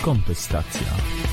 Kontestacja.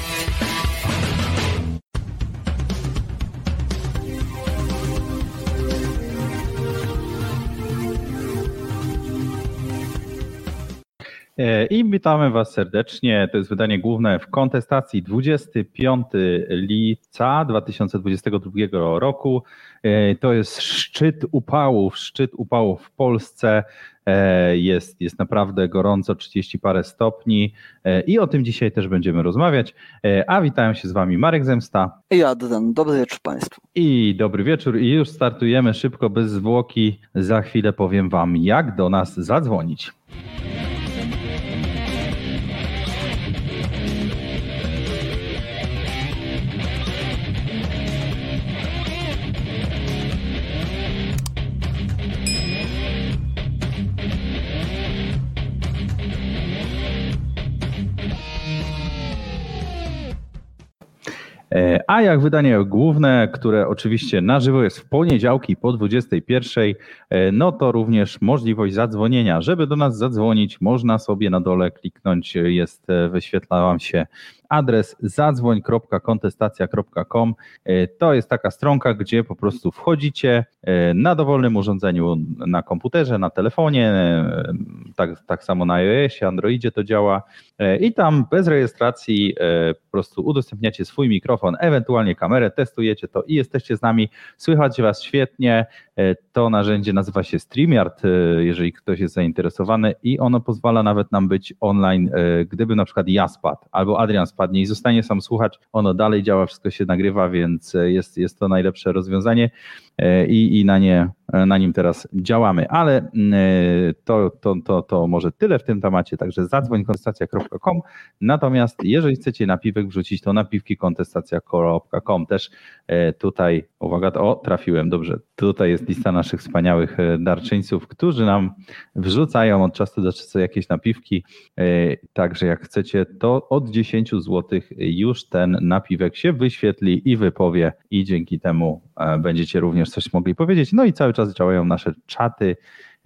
I witamy Was serdecznie. To jest wydanie główne w kontestacji 25 lipca 2022 roku. To jest szczyt upałów w Polsce. Jest naprawdę gorąco, 30 parę stopni i o tym dzisiaj też będziemy rozmawiać. A witają się z Wami Marek Zemsta i Adrian. Dobry wieczór Państwu. I dobry wieczór i już startujemy szybko, bez zwłoki. Za chwilę powiem Wam, jak do nas zadzwonić. A jak wydanie główne, które oczywiście na żywo jest w poniedziałki po 21, no to również możliwość zadzwonienia. Żeby do nas zadzwonić, można sobie na dole kliknąć, wyświetla Wam się adres zadzwoń.kontestacja.com. To jest taka stronka, gdzie po prostu wchodzicie na dowolnym urządzeniu, na komputerze, na telefonie, tak samo na iOSie, Androidzie to działa i tam bez rejestracji po prostu udostępniacie swój mikrofon, ewentualnie kamerę, testujecie to i jesteście z nami, słychać Was świetnie. To narzędzie nazywa się StreamYard, jeżeli ktoś jest zainteresowany i ono pozwala nawet nam być online, gdyby na przykład ja spadł albo Adrian spadnie i zostanie sam słuchacz, ono dalej działa, wszystko się nagrywa, więc jest to najlepsze rozwiązanie i na nim teraz działamy, ale to może tyle w tym temacie, także zadzwoń.kontestacja.com, natomiast jeżeli chcecie napiwek wrzucić, to napiwki.kontestacja.com też tutaj, uwaga, trafiłem, dobrze, tutaj jest lista naszych wspaniałych darczyńców, którzy nam wrzucają od czasu do czasu jakieś napiwki, także jak chcecie, to od 10 zł już ten napiwek się wyświetli i wypowie i dzięki temu będziecie również coś mogli powiedzieć. No i cały czas działają nasze czaty.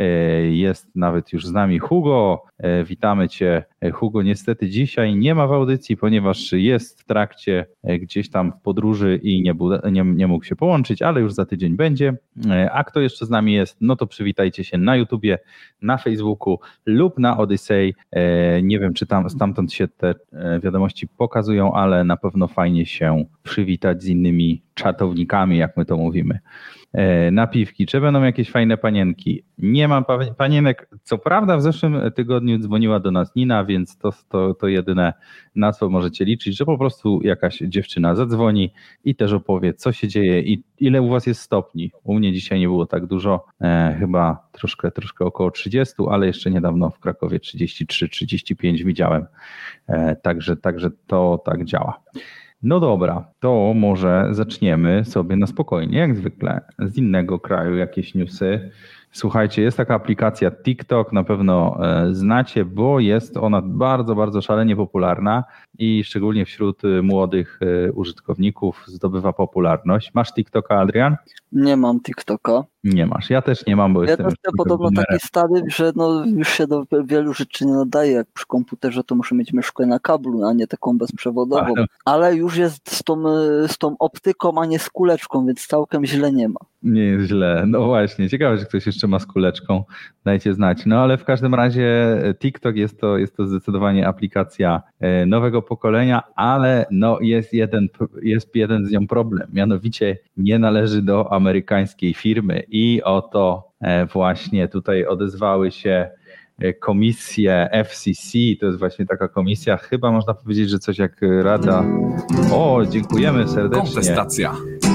Jest nawet już z nami Hugo. Witamy Cię. Hugo niestety dzisiaj nie ma w audycji, ponieważ jest w trakcie gdzieś tam w podróży i nie mógł się połączyć, ale już za tydzień będzie. A kto jeszcze z nami jest, no to przywitajcie się na YouTubie, na Facebooku lub na Odyssey. Nie wiem, czy stamtąd się te wiadomości pokazują, ale na pewno fajnie się przywitać z innymi czatownikami, jak my to mówimy. Napiwki, czy będą jakieś fajne panienki? Nie mam panienek, co prawda w zeszłym tygodniu dzwoniła do nas Nina, więc to jedyne, na co możecie liczyć, że po prostu jakaś dziewczyna zadzwoni i też opowie, co się dzieje i ile u Was jest stopni. U mnie dzisiaj nie było tak dużo, chyba troszkę około 30, ale jeszcze niedawno w Krakowie 33-35 widziałem, także to tak działa. No dobra, to może zaczniemy sobie na spokojnie, jak zwykle, z innego kraju jakieś newsy. Słuchajcie, jest taka aplikacja TikTok, na pewno znacie, bo jest ona bardzo, bardzo szalenie popularna i szczególnie wśród młodych użytkowników zdobywa popularność. Masz TikToka, Adrian? Nie mam TikToka. Nie masz, ja też nie mam, bo jestem... Ja też podobno taki stary, że już się do wielu rzeczy nie nadaje, jak przy komputerze to muszę mieć myszkę na kablu, a nie taką bezprzewodową, ale już jest z tą optyką, a nie z kuleczką, więc całkiem źle nie ma. Nie jest źle, no właśnie, ciekawe, że ktoś jeszcze ma z kuleczką, dajcie znać. No ale w każdym razie TikTok jest to zdecydowanie aplikacja nowego pokolenia, ale no jest jeden z nią problem, mianowicie nie należy do amerykańskiej firmy i o to właśnie tutaj odezwały się komisje FCC, to jest właśnie taka komisja, chyba można powiedzieć, że coś jak Rada. O, dziękujemy serdecznie. Kontestacja.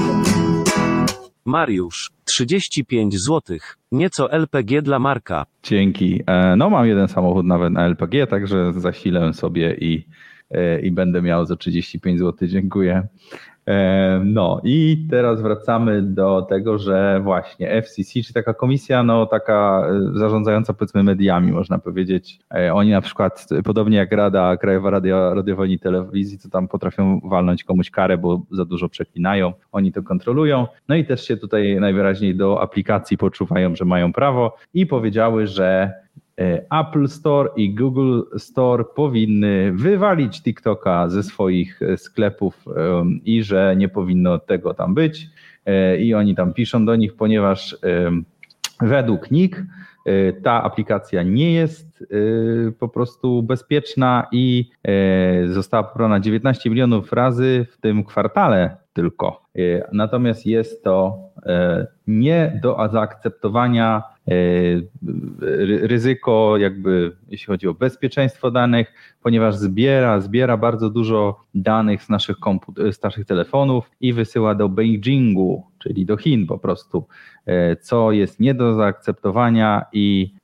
Mariusz, 35 zł, nieco LPG dla Marka. Dzięki. No mam jeden samochód nawet na LPG, także zasilę sobie i będę miał za 35 zł. Dziękuję. No i teraz wracamy do tego, że właśnie FCC, czy taka komisja, no taka zarządzająca powiedzmy mediami, można powiedzieć. Oni na przykład, podobnie jak Krajowa Rada Radiofonii i Telewizji, to tam potrafią walnąć komuś karę, bo za dużo przeklinają, oni to kontrolują. No i też się tutaj najwyraźniej do aplikacji poczuwają, że mają prawo i powiedziały, że Apple Store i Google Store powinny wywalić TikToka ze swoich sklepów i że nie powinno tego tam być. I oni tam piszą do nich, ponieważ według nich ta aplikacja nie jest po prostu bezpieczna i została pobrana 19 milionów razy w tym kwartale tylko. Natomiast jest to nie do zaakceptowania ryzyko, jakby jeśli chodzi o bezpieczeństwo danych, ponieważ zbiera bardzo dużo danych z naszych telefonów i wysyła do Beijingu, czyli do Chin po prostu, co jest nie do zaakceptowania i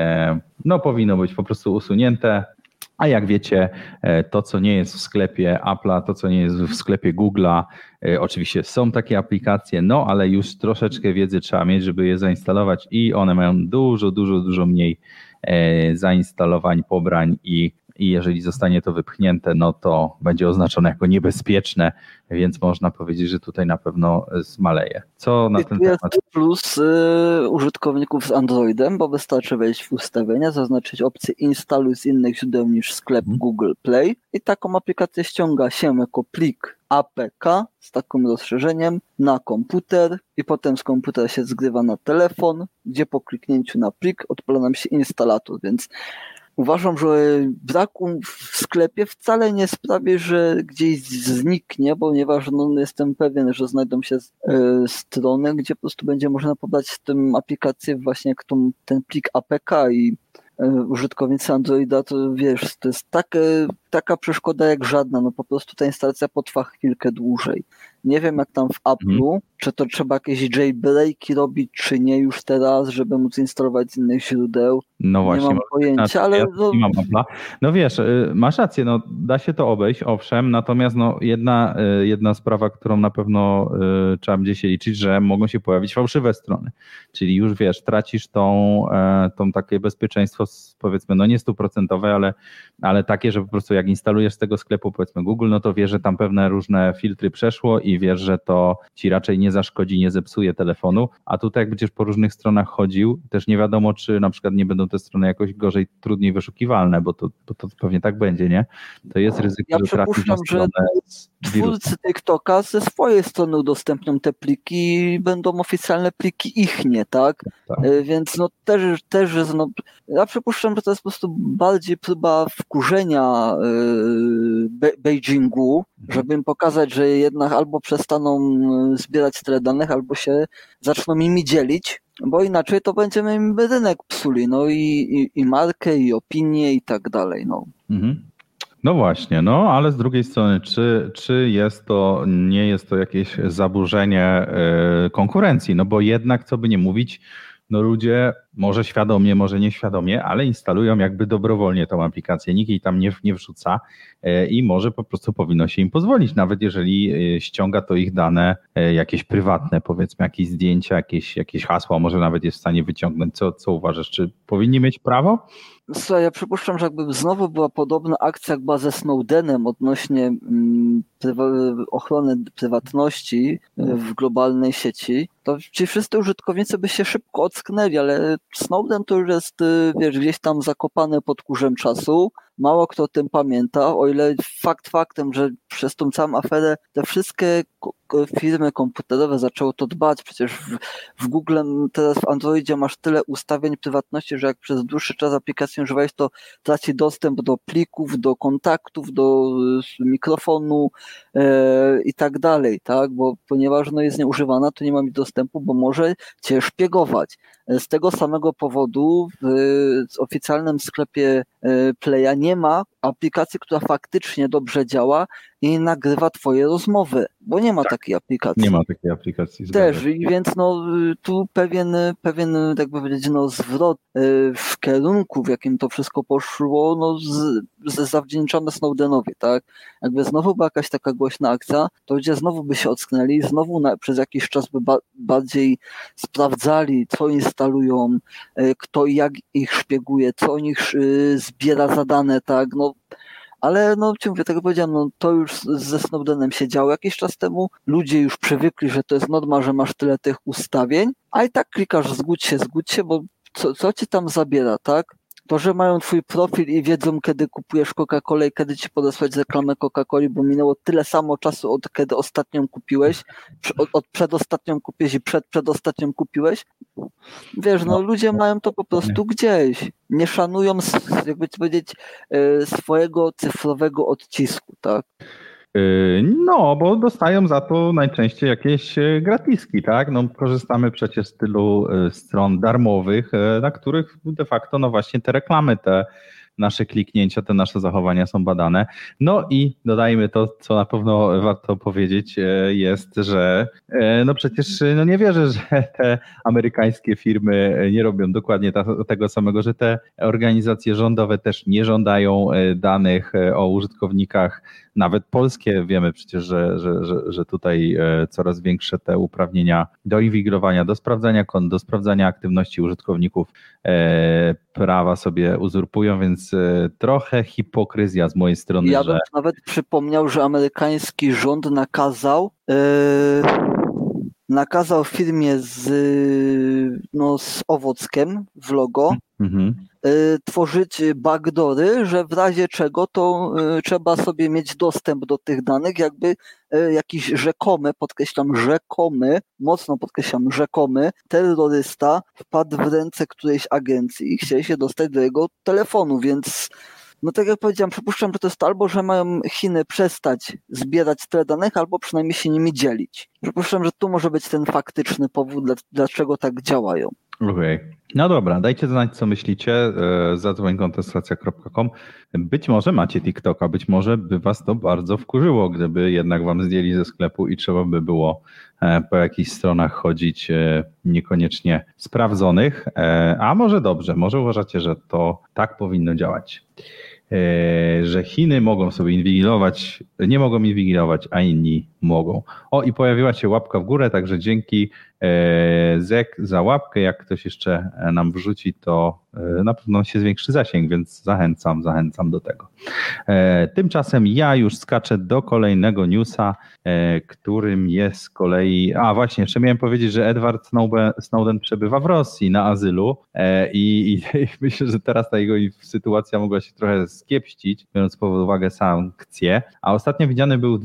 no, powinno być po prostu usunięte. A jak wiecie, to co nie jest w sklepie Apple'a, to co nie jest w sklepie Google'a, oczywiście są takie aplikacje, no ale już troszeczkę wiedzy trzeba mieć, żeby je zainstalować i one mają dużo mniej zainstalowań, pobrań i jeżeli zostanie to wypchnięte, no to będzie oznaczone jako niebezpieczne, więc można powiedzieć, że tutaj na pewno zmaleje. Co na ten temat? Jest plus użytkowników z Androidem, bo wystarczy wejść w ustawienia, zaznaczyć opcję instaluj z innych źródeł niż sklep Google Play i taką aplikację ściąga się jako plik APK z takim rozszerzeniem na komputer i potem z komputera się zgrywa na telefon, gdzie po kliknięciu na plik odpala nam się instalator, więc uważam, że braku w sklepie wcale nie sprawi, że gdzieś zniknie, ponieważ no, jestem pewien, że znajdą się strony, gdzie po prostu będzie można pobrać tę aplikację właśnie jak ten plik APK i użytkownicy Androida, to wiesz, to jest taka przeszkoda jak żadna, no po prostu ta instalacja potrwa chwilkę dłużej. Nie wiem jak tam w Apple'u, czy to trzeba jakieś jailbreaki robić, czy nie już teraz, żeby móc instalować z innych źródeł. No właśnie, nie mam pojęcia, ale... Nie mam Apple'a. No wiesz, masz rację, no da się to obejść, owszem, natomiast no jedna sprawa, którą na pewno trzeba będzie się liczyć, że mogą się pojawić fałszywe strony, czyli już wiesz, tracisz tą takie bezpieczeństwo, powiedzmy, no nie 100%, ale takie, że po prostu jak instalujesz z tego sklepu, powiedzmy Google, no to wiesz, że tam pewne różne filtry przeszło i wiesz, że to ci raczej nie zaszkodzi, nie zepsuje telefonu, a tutaj jak będziesz po różnych stronach chodził, też nie wiadomo, czy na przykład nie będą te strony jakoś gorzej, trudniej wyszukiwalne, bo to pewnie tak będzie, nie? To jest ryzyko, że trafisz na stronę z wirusem. Twórcy TikToka ze swojej strony udostępnią te pliki i będą oficjalne pliki ich, nie, tak? Więc no też jest, no, ja przypuszczam, że to jest po prostu bardziej próba wkurzenia Beijingu, żeby im pokazać, że jednak albo przestaną zbierać tyle danych, albo się zaczną nimi dzielić, bo inaczej to będziemy im rynek psuli, no i markę, i opinię i tak dalej, no. No właśnie, no ale z drugiej strony, czy nie jest to jakieś zaburzenie konkurencji, no bo jednak, co by nie mówić, no ludzie może świadomie, może nieświadomie, ale instalują jakby dobrowolnie tą aplikację, nikt jej tam nie wrzuca i może po prostu powinno się im pozwolić, nawet jeżeli ściąga to ich dane jakieś prywatne, powiedzmy jakieś zdjęcia, jakieś hasła, może nawet jest w stanie wyciągnąć. Co uważasz, czy powinni mieć prawo? Słuchaj, ja przypuszczam, że jakby znowu była podobna akcja jak była ze Snowdenem odnośnie ochrony prywatności w globalnej sieci, to ci wszyscy użytkownicy by się szybko ocknęli, ale Snowden to już jest, wiesz, gdzieś tam zakopane pod kurzem czasu. Mało kto o tym pamięta, o ile faktem, że przez tą całą aferę te wszystkie firmy komputerowe zaczęły to dbać. Przecież w Google teraz w Androidzie masz tyle ustawień prywatności, że jak przez dłuższy czas aplikacji używałeś, to traci dostęp do plików, do kontaktów, do mikrofonu i tak dalej, tak? Bo ponieważ no, jest nieużywana, to nie ma mi dostępu, bo może cię szpiegować. Z tego samego powodu w oficjalnym sklepie Playa nie ma aplikacji, która faktycznie dobrze działa i nagrywa twoje rozmowy, bo nie ma takiej aplikacji. Nie ma takiej aplikacji. Też, więc no tu pewien jakby powiedzieć, no zwrot w kierunku, w jakim to wszystko poszło, no zawdzięczamy Snowdenowi, tak? Jakby znowu była jakaś taka głośna akcja, to ludzie znowu by się ocknęli, znowu przez jakiś czas by bardziej sprawdzali, co instalują, kto i jak ich szpieguje, co o nich zbiera za dane, tak? No ale no ci mówię, tak jak powiedziałem, no to już ze Snowdenem się działo jakiś czas temu, ludzie już przywykli, że to jest norma, że masz tyle tych ustawień, a i tak klikasz zgódź się, bo co ci tam zabiera, tak? To, że mają twój profil i wiedzą, kiedy kupujesz Coca-Colę i kiedy ci podesłać reklamę Coca-Coli, bo minęło tyle samo czasu, od kiedy ostatnią kupiłeś, od przedostatnią kupiłeś i przedostatnią kupiłeś. Wiesz, no ludzie mają to po prostu gdzieś. Nie szanują, jakby to powiedzieć, swojego cyfrowego odcisku, tak? No, bo dostają za to najczęściej jakieś gratiski, tak? No, korzystamy przecież z tylu stron darmowych, na których de facto no właśnie te reklamy, te nasze kliknięcia, te nasze zachowania są badane. No i dodajmy to, co na pewno warto powiedzieć, jest, że no przecież no nie wierzę, że te amerykańskie firmy nie robią dokładnie tego samego, że te organizacje rządowe też nie żądają danych o użytkownikach, nawet polskie. Wiemy przecież, że tutaj coraz większe te uprawnienia do inwigilowania, do sprawdzania kont, do sprawdzania aktywności użytkowników prawa sobie uzurpują, więc trochę hipokryzja z mojej strony. Ja bym nawet przypomniał, że amerykański rząd nakazał firmie z owockiem w logo tworzyć backdoory, że w razie czego to trzeba sobie mieć dostęp do tych danych, jakby jakiś rzekomy, mocno podkreślam, rzekomy terrorysta wpadł w ręce którejś agencji i chcieli się dostać do jego telefonu, więc no tak jak powiedziałem, przypuszczam, że to jest albo, że mają Chiny przestać zbierać te danych, albo przynajmniej się nimi dzielić. Przypuszczam, że tu może być ten faktyczny powód, dlaczego tak działają. Okej. No dobra, dajcie znać, co myślicie. Zadzwońkontestacja.com. Być może macie TikToka, być może by was to bardzo wkurzyło, gdyby jednak wam zdjęli ze sklepu i trzeba by było po jakichś stronach chodzić niekoniecznie sprawdzonych. A może dobrze, może uważacie, że to tak powinno działać. Że Chiny mogą sobie inwigilować, nie mogą inwigilować, a inni mogą. O, i pojawiła się łapka w górę, także dzięki Zek za łapkę. Jak ktoś jeszcze nam wrzuci, to na pewno się zwiększy zasięg, więc zachęcam do tego. Tymczasem ja już skaczę do kolejnego newsa, którym jest z kolei... A właśnie, jeszcze miałem powiedzieć, że Edward Snowden przebywa w Rosji na azylu i myślę, że teraz ta jego sytuacja mogła się trochę skiepścić, biorąc pod uwagę sankcje, a ostatnio widziany był w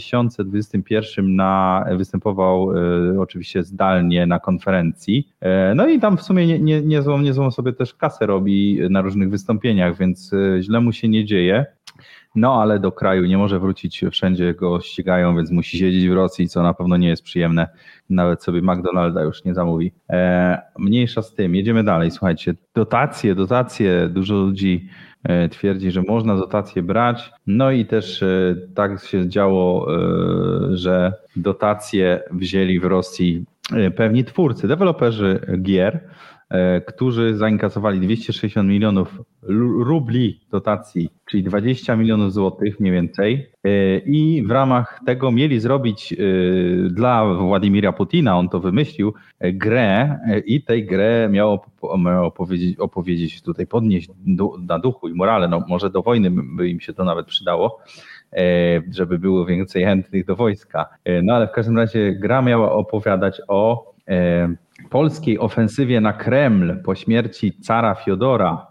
2021 występował oczywiście zdalnie na konferencji, no i tam w sumie niezłą sobie też kasę robi na różnych wystąpieniach, więc źle mu się nie dzieje. No ale do kraju nie może wrócić, wszędzie go ścigają, więc musi siedzieć w Rosji, co na pewno nie jest przyjemne. Nawet sobie McDonalda już nie zamówi. Mniejsza z tym, jedziemy dalej. Słuchajcie, dotacje, dużo ludzi twierdzi, że można dotacje brać. No i też tak się działo, że dotacje wzięli w Rosji pewni twórcy, deweloperzy gier, którzy zainkasowali 260 milionów rubli dotacji, czyli 20 milionów złotych mniej więcej, i w ramach tego mieli zrobić dla Władimira Putina, on to wymyślił, grę i tej grę miało opowiedzieć tutaj, podnieść na duchu i morale, no może do wojny by im się to nawet przydało, żeby było więcej chętnych do wojska. No ale w każdym razie gra miała opowiadać o polskiej ofensywie na Kreml po śmierci cara Fiodora,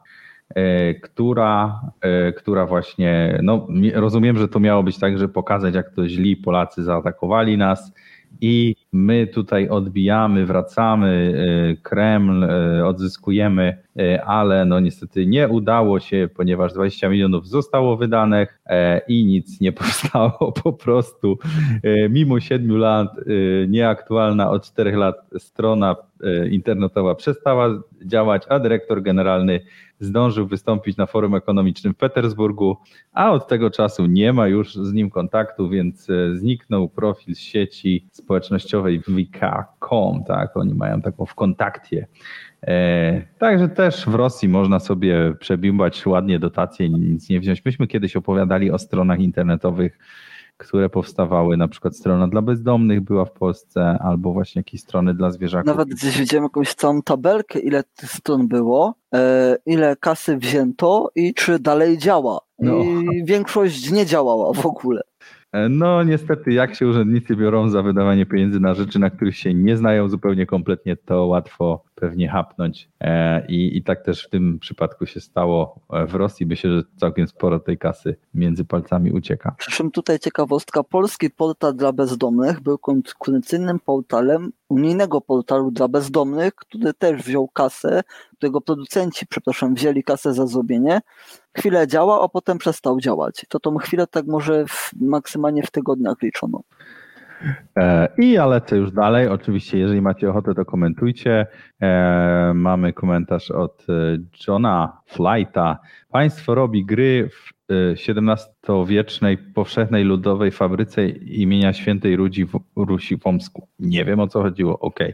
która właśnie, no rozumiem, że to miało być tak, że pokazać, jak to źli Polacy zaatakowali nas i my tutaj odbijamy, wracamy, Kreml odzyskujemy, ale no niestety nie udało się, ponieważ 20 milionów zostało wydanych i nic nie powstało. Po prostu mimo 7 lat nieaktualna od 4 lat strona internetowa przestała działać, a dyrektor generalny zdążył wystąpić na forum ekonomicznym w Petersburgu, a od tego czasu nie ma już z nim kontaktu, więc zniknął profil z sieci społecznościowej vk.com, tak, oni mają taką w kontakcie. Także też w Rosji można sobie przebimbać ładnie dotacje, nic nie wziąć. Myśmy kiedyś opowiadali o stronach internetowych, które powstawały, na przykład strona dla bezdomnych była w Polsce, albo właśnie jakieś strony dla zwierzaków. Nawet gdzieś widziałem jakąś całą tabelkę, ile tych stron było, ile kasy wzięto i czy dalej działa. No. I większość nie działała w ogóle. No niestety, jak się urzędnicy biorą za wydawanie pieniędzy na rzeczy, na których się nie znają zupełnie kompletnie, to łatwo pewnie hapnąć. I tak też w tym przypadku się stało w Rosji. Myślę, że całkiem sporo tej kasy między palcami ucieka. Przy czym tutaj ciekawostka, polski portal dla bezdomnych był konkurencyjnym portalem unijnego portalu dla bezdomnych, który też wziął kasę, którego producenci, wzięli kasę za zrobienie. Chwilę działał, a potem przestał działać. To tą chwilę tak może maksymalnie w tygodniach liczono. I ja lecę już dalej. Oczywiście, jeżeli macie ochotę, to komentujcie. Mamy komentarz od Johna Flighta. Państwo robi gry w XVII-wiecznej powszechnej ludowej fabryce imienia Świętej Rusi w Omsku. Nie wiem, o co chodziło. Okej.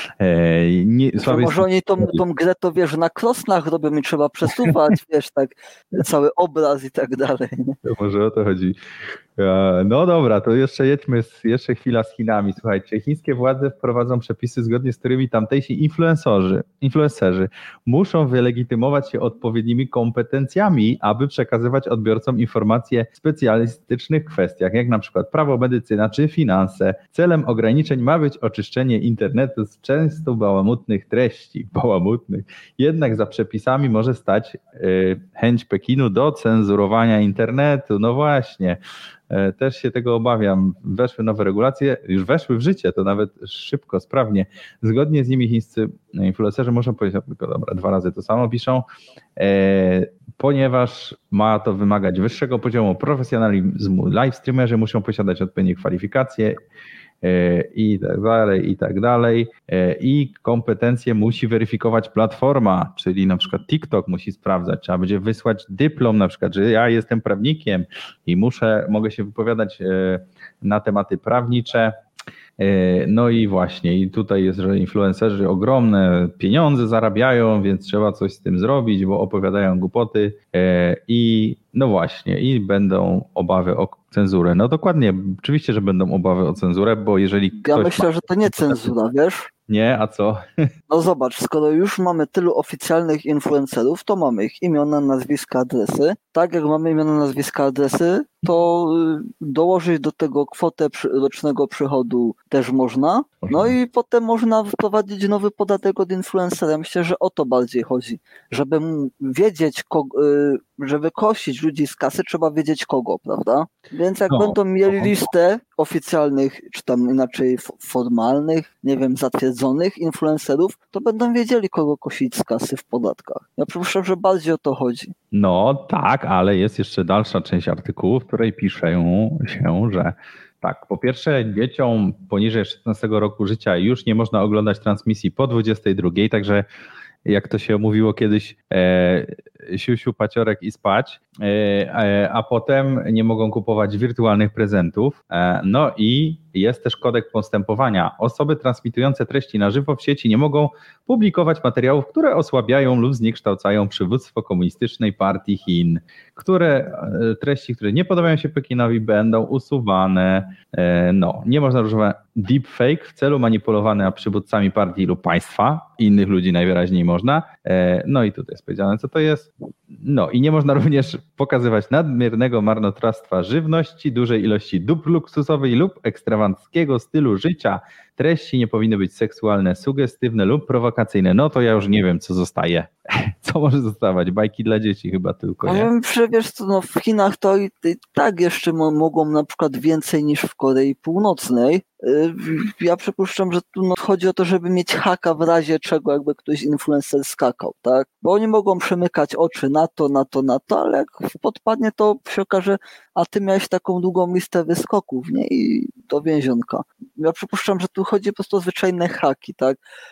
Może oni tą grę to wiesz, na krosnach robią i trzeba przesuwać, wiesz, tak cały obraz i tak dalej. Nie? To może o to chodzi. No dobra, to jeszcze jedźmy, jeszcze chwila z Chinami. Słuchajcie, chińskie władze wprowadzą przepisy, zgodnie z którymi tamtejsi influencerzy muszą wylegitymować się odpowiednimi kompetencjami, aby przekazywać odbiorcom informacje w specjalistycznych kwestiach, jak na przykład prawo, medycyna czy finanse. Celem ograniczeń ma być oczyszczenie internetu z często bałamutnych treści. Jednak za przepisami może stać chęć Pekinu do cenzurowania internetu. No właśnie. Też się tego obawiam. Weszły nowe regulacje, już weszły w życie, to nawet szybko, sprawnie. Zgodnie z nimi chińscy influencerzy muszą powiedzieć, tylko dobra, 2 razy to samo piszą, ponieważ ma to wymagać wyższego poziomu profesjonalizmu. Live streamerzy muszą posiadać odpowiednie kwalifikacje i tak dalej. I kompetencje musi weryfikować platforma, czyli na przykład TikTok musi sprawdzać, trzeba będzie wysłać dyplom na przykład, że ja jestem prawnikiem i mogę się wypowiadać na tematy prawnicze. No i właśnie, i tutaj jest, że influencerzy ogromne pieniądze zarabiają, więc trzeba coś z tym zrobić, bo opowiadają głupoty i no właśnie, i będą obawy o cenzurę. No dokładnie, oczywiście, że będą obawy o cenzurę, bo jeżeli ktoś... Ja myślę, że to nie cenzura, wiesz? Nie, a co? No zobacz, skoro już mamy tylu oficjalnych influencerów, to mamy ich imiona, nazwiska, adresy. Tak jak mamy imiona, nazwiska, adresy, to dołożyć do tego kwotę rocznego przychodu też można. No i potem można wprowadzić nowy podatek od influencera. Myślę, że o to bardziej chodzi. Żeby wiedzieć, żeby kosić ludzi z kasy, trzeba wiedzieć kogo, prawda? Więc jak będą mieli listę oficjalnych, czy tam inaczej formalnych, nie wiem, zatwierdzonych influencerów, to będą wiedzieli, kogo kosić z kasy w podatkach. Ja przypuszczam, że bardziej o to chodzi. No tak, ale jest jeszcze dalsza część artykułu, w której pisze się, że tak, po pierwsze dzieciom poniżej 16 roku życia już nie można oglądać transmisji po 22, także jak to się mówiło kiedyś, siusiu, paciorek i spać, a potem nie mogą kupować wirtualnych prezentów. No i jest też kodeks postępowania. Osoby transmitujące treści na żywo w sieci nie mogą publikować materiałów, które osłabiają lub zniekształcają przywództwo komunistycznej partii Chin. Treści, które nie podobają się Pekinowi, będą usuwane. No, nie można używać deepfake w celu manipulowania przywódcami partii lub państwa. Innych ludzi najwyraźniej można. No i tutaj jest powiedziane, co to jest. No i nie można również pokazywać nadmiernego marnotrawstwa żywności, dużej ilości dóbr luksusowych lub ekstrawaganckiego stylu życia. Treści nie powinny być seksualne, sugestywne lub prowokacyjne. No to ja już nie wiem, co zostaje. Co może zostawać? Bajki dla dzieci chyba tylko, nie? Powiem, że wiesz co, no w Chinach to i tak jeszcze mogą na przykład więcej niż w Korei Północnej. Ja przypuszczam, że tu chodzi o to, żeby mieć haka w razie czego, jakby ktoś influencer skakał, tak? Bo oni mogą przymykać oczy na to, ale jak podpadnie, to się okaże, a ty miałeś taką długą listę wyskoków, nie? I do więzionka. Ja przypuszczam, że tu chodzi po prostu o zwyczajne haki, tak?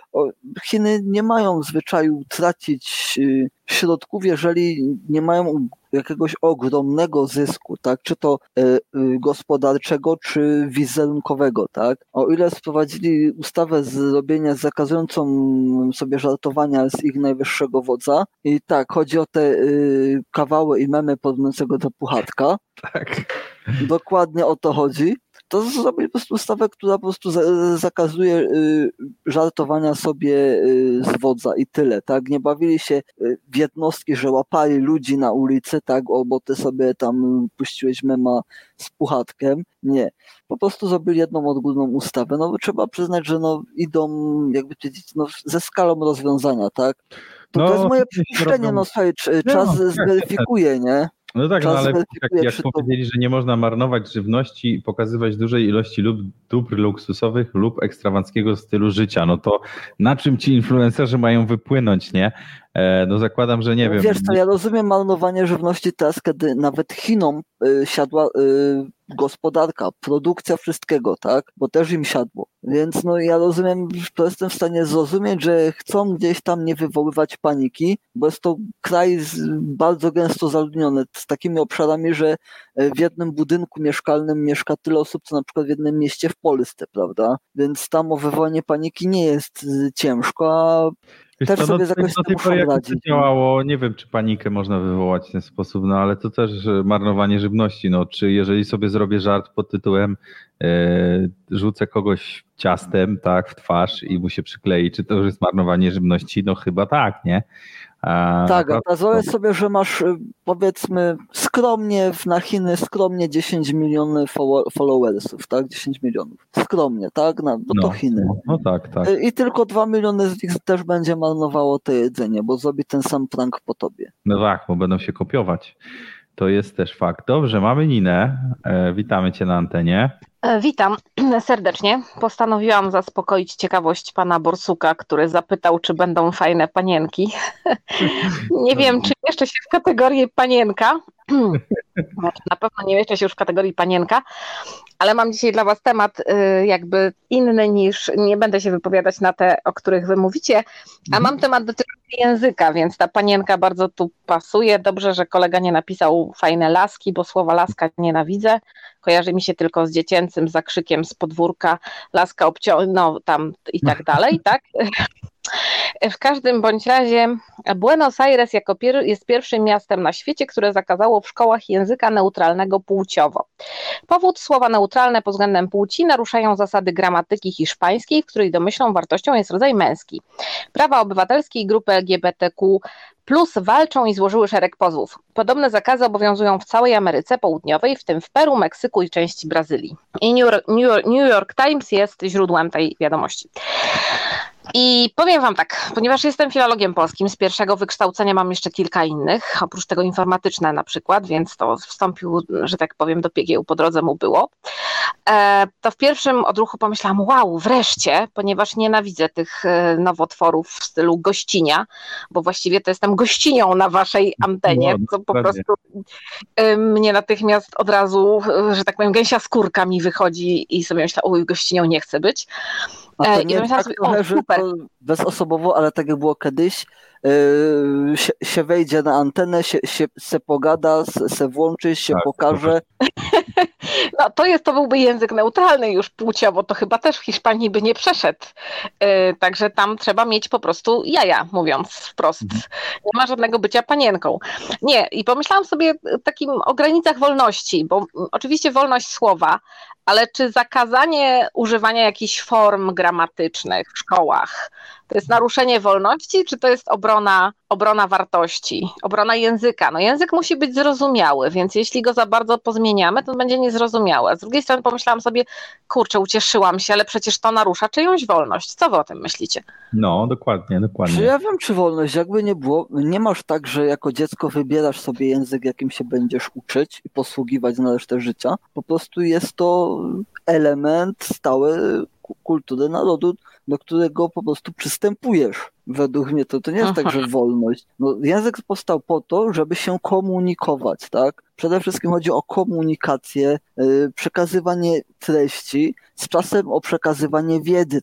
Chiny nie mają zwyczaju tracić środków, jeżeli nie mają jakiegoś ogromnego zysku, tak? Czy to gospodarczego, czy wizerunkowego, tak? O ile sprowadzili ustawę zakazującą sobie żartowania z ich najwyższego wodza i tak, chodzi o te kawały i memy porównującego do Puchatka. Tak. Dokładnie o to chodzi. to zrobić po prostu ustawę, która po prostu zakazuje żartowania sobie z wodza i tyle, tak? Nie bawili się w jednostki, że łapali ludzi na ulicy, tak? Bo ty sobie tam puściłeś mema z Puchatkiem. Nie. Po prostu zrobili jedną odgórną ustawę. No trzeba przyznać, że no idą, jakby powiedzieć, no ze skalą rozwiązania, tak? To jest moje przypuszczenie, no słuchaj, czas zweryfikuje, nie? No tak, ale jak powiedzieli, że nie można marnować żywności i pokazywać dużej ilości dóbr luksusowych lub ekstrawaganckiego stylu życia, no to na czym ci influencerzy mają wypłynąć, nie? No zakładam, że nie wiem. Wiesz co, ja rozumiem marnowanie żywności teraz, kiedy nawet Chinom siadła gospodarka, produkcja wszystkiego, tak? Bo też im siadło. Więc no ja rozumiem, to jestem w stanie zrozumieć, że chcą gdzieś tam nie wywoływać paniki, bo jest to kraj bardzo gęsto zaludniony z takimi obszarami, że w jednym budynku mieszkalnym mieszka tyle osób, co na przykład w jednym mieście w Polsce, prawda? Więc tam o wywołanie paniki nie jest ciężko, a też sobie jakoś do tej pory jak to działało, nie wiem, czy panikę można wywołać w ten sposób, no ale to też marnowanie żywności, no czy jeżeli sobie zrobię żart pod tytułem rzucę kogoś ciastem, tak, w twarz i mu się przyklei, czy to już jest marnowanie żywności? No chyba tak, nie? Tak, a wyobraź sobie, że masz powiedzmy skromnie na Chiny 10 milionów followersów, tak? 10 milionów. Skromnie, tak? No to Chiny. No tak. I tylko 2 miliony z nich też będzie marnowało to jedzenie, bo zrobi ten sam prank po tobie. No tak, bo będą się kopiować. To jest też fakt. Dobrze, mamy Ninę. Witamy cię na antenie. Witam serdecznie. Postanowiłam zaspokoić ciekawość pana Borsuka, który zapytał, czy będą fajne panienki. Nie wiem, czy mieszczę się w kategorii panienka. Na pewno nie mieszczę się już w kategorii panienka, ale mam dzisiaj dla was temat jakby inny niż, nie będę się wypowiadać na te, o których wy mówicie, a mam temat dotyczący języka, więc ta panienka bardzo tu pasuje. Dobrze, że kolega nie napisał fajne laski, bo słowa laska nienawidzę. Kojarzy mi się tylko z dziecięcym zakrzykiem z podwórka, laska no tam i tak dalej, tak? W każdym bądź razie Buenos Aires jest pierwszym miastem na świecie, które zakazało w szkołach języka neutralnego płciowo. Powód: słowa neutralne pod względem płci naruszają zasady gramatyki hiszpańskiej, w której domyślną wartością jest rodzaj męski. Prawa obywatelskie i grupy LGBTQ walczą i złożyły szereg pozwów. Podobne zakazy obowiązują w całej Ameryce Południowej, w tym w Peru, Meksyku i części Brazylii. I New York Times jest źródłem tej wiadomości. I powiem wam tak, ponieważ jestem filologiem polskim, z pierwszego wykształcenia mam jeszcze kilka innych, oprócz tego informatyczne na przykład, więc to wstąpił, że tak powiem, do piegieł, po drodze mu było. To w pierwszym odruchu pomyślałam, wow, wreszcie, ponieważ nienawidzę tych nowotworów w stylu gościnia, bo właściwie to jestem gościnią na waszej antenie, co po prostu mnie natychmiast od razu, że tak powiem, gęsia skórka mi wychodzi i sobie myślę, oj, gościnią nie chcę być. A to nie jest tak trochę, że to bezosobowo, ale tak jak było kiedyś, się wejdzie na antenę, się pogada, se włączy, się pokaże. No to byłby język neutralny już płciowo, to chyba też w Hiszpanii by nie przeszedł. Także tam trzeba mieć po prostu jaja, mówiąc wprost. Nie ma żadnego bycia panienką. Nie, i pomyślałam sobie o granicach wolności, bo oczywiście wolność słowa, ale czy zakazanie używania jakichś form gramatycznych w szkołach to jest naruszenie wolności, czy to jest obrona wartości, obrona języka? No język musi być zrozumiały, więc jeśli go za bardzo pozmieniamy, to będzie niezrozumiały. A z drugiej strony pomyślałam sobie, kurczę, ucieszyłam się, ale przecież to narusza czyjąś wolność. Co wy o tym myślicie? No, dokładnie. Czy ja wiem, czy wolność, jakby nie było, nie masz tak, że jako dziecko wybierasz sobie język, jakim się będziesz uczyć i posługiwać na resztę życia. Po prostu jest to element stały kultury narodu, do którego po prostu przystępujesz. Według mnie to nie jest tak, że wolność. No, język powstał po to, żeby się komunikować, tak? Przede wszystkim chodzi o komunikację, przekazywanie treści, z czasem o przekazywanie wiedzy,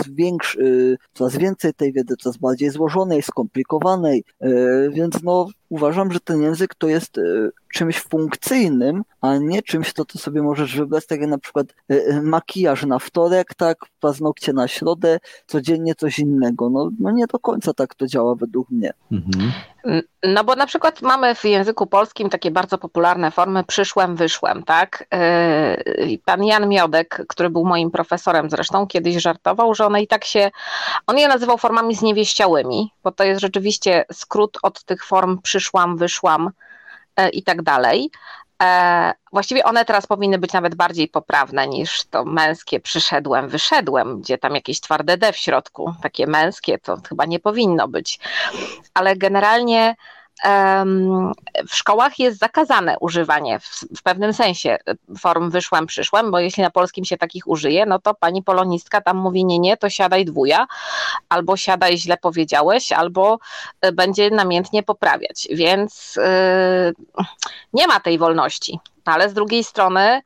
coraz więcej tej wiedzy, coraz bardziej złożonej, skomplikowanej, więc no uważam, że ten język to jest czymś funkcyjnym, a nie czymś, to ty sobie możesz wybrać, tak jak na przykład makijaż na wtorek, tak, paznokcie na środę, codziennie coś innego. No nie do końca tak to działa według mnie. No bo na przykład mamy w języku polskim takie bardzo popularne popularne formy przyszłem, wyszłem, tak? Pan Jan Miodek, który był moim profesorem zresztą, kiedyś żartował, że on je nazywał formami zniewieściałymi, bo to jest rzeczywiście skrót od tych form przyszłam, wyszłam i tak dalej. Właściwie one teraz powinny być nawet bardziej poprawne niż to męskie przyszedłem, wyszedłem, gdzie tam jakieś twarde D w środku, takie męskie to chyba nie powinno być, ale generalnie w szkołach jest zakazane używanie w pewnym sensie form wyszłam, przyszłem, bo jeśli na polskim się takich użyje, no to pani polonistka tam mówi nie, to siadaj dwuja, albo siadaj źle powiedziałeś, albo będzie namiętnie poprawiać, więc nie ma tej wolności, ale z drugiej strony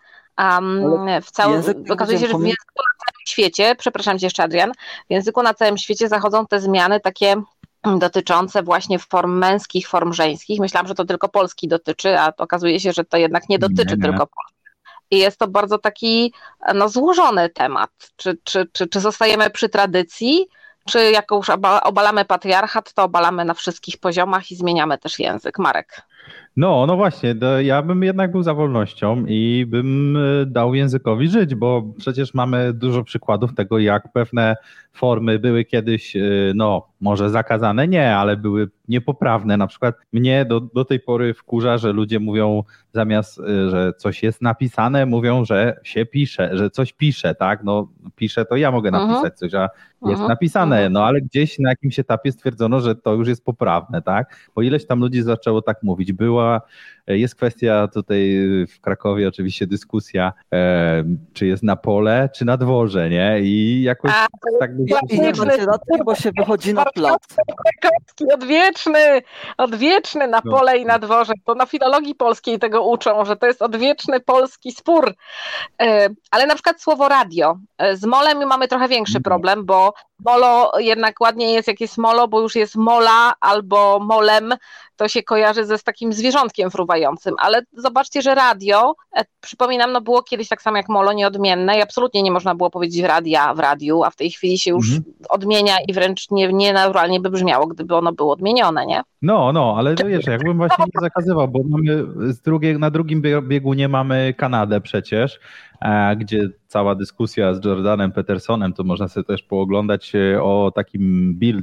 okazuje się, że w języku na całym świecie, przepraszam cię jeszcze Adrian, w języku na całym świecie zachodzą te zmiany takie dotyczące właśnie form męskich, form żeńskich. Myślałam, że to tylko Polski dotyczy, a okazuje się, że to jednak nie dotyczy tylko Polski. I jest to bardzo taki złożony temat. Czy zostajemy przy tradycji, czy jak już obalamy patriarchat, to obalamy na wszystkich poziomach i zmieniamy też język. Marek. No właśnie, ja bym jednak był za wolnością i bym dał językowi żyć, bo przecież mamy dużo przykładów tego, jak pewne formy były kiedyś, może zakazane, nie, ale były niepoprawne. Na przykład mnie do tej pory wkurza, że ludzie mówią zamiast, że coś jest napisane, mówią, że się pisze, że coś pisze, tak? No pisze to ja mogę napisać coś, a jest napisane, no ale gdzieś na jakimś etapie stwierdzono, że to już jest poprawne, tak? Bo ileś tam ludzi zaczęło tak mówić. Jest kwestia tutaj w Krakowie oczywiście dyskusja, czy jest na pole, czy na dworze, nie? I jakoś tak by nie macie racji, bo się wychodzi na plac. Krakowski, odwieczny na pole i na dworze. To na filologii polskiej tego uczą, że to jest odwieczny polski spór. Ale na przykład słowo radio. Z molem mamy trochę większy problem, bo molo jednak ładnie jest, jak jest molo, bo już jest mola albo molem, to się kojarzy z takim zwierzątkiem fruwającym, ale zobaczcie, że radio, przypominam, było kiedyś tak samo jak molo, nieodmienne i absolutnie nie można było powiedzieć radia w radiu, a w tej chwili się już odmienia i wręcz nienaturalnie by brzmiało, gdyby ono było odmienione, nie? No, ale wiesz, jakbym właśnie nie zakazywał, bo mamy na drugim biegunie mamy Kanadę przecież, gdzie cała dyskusja z Jordanem Petersonem, to można sobie też pooglądać o takim Bill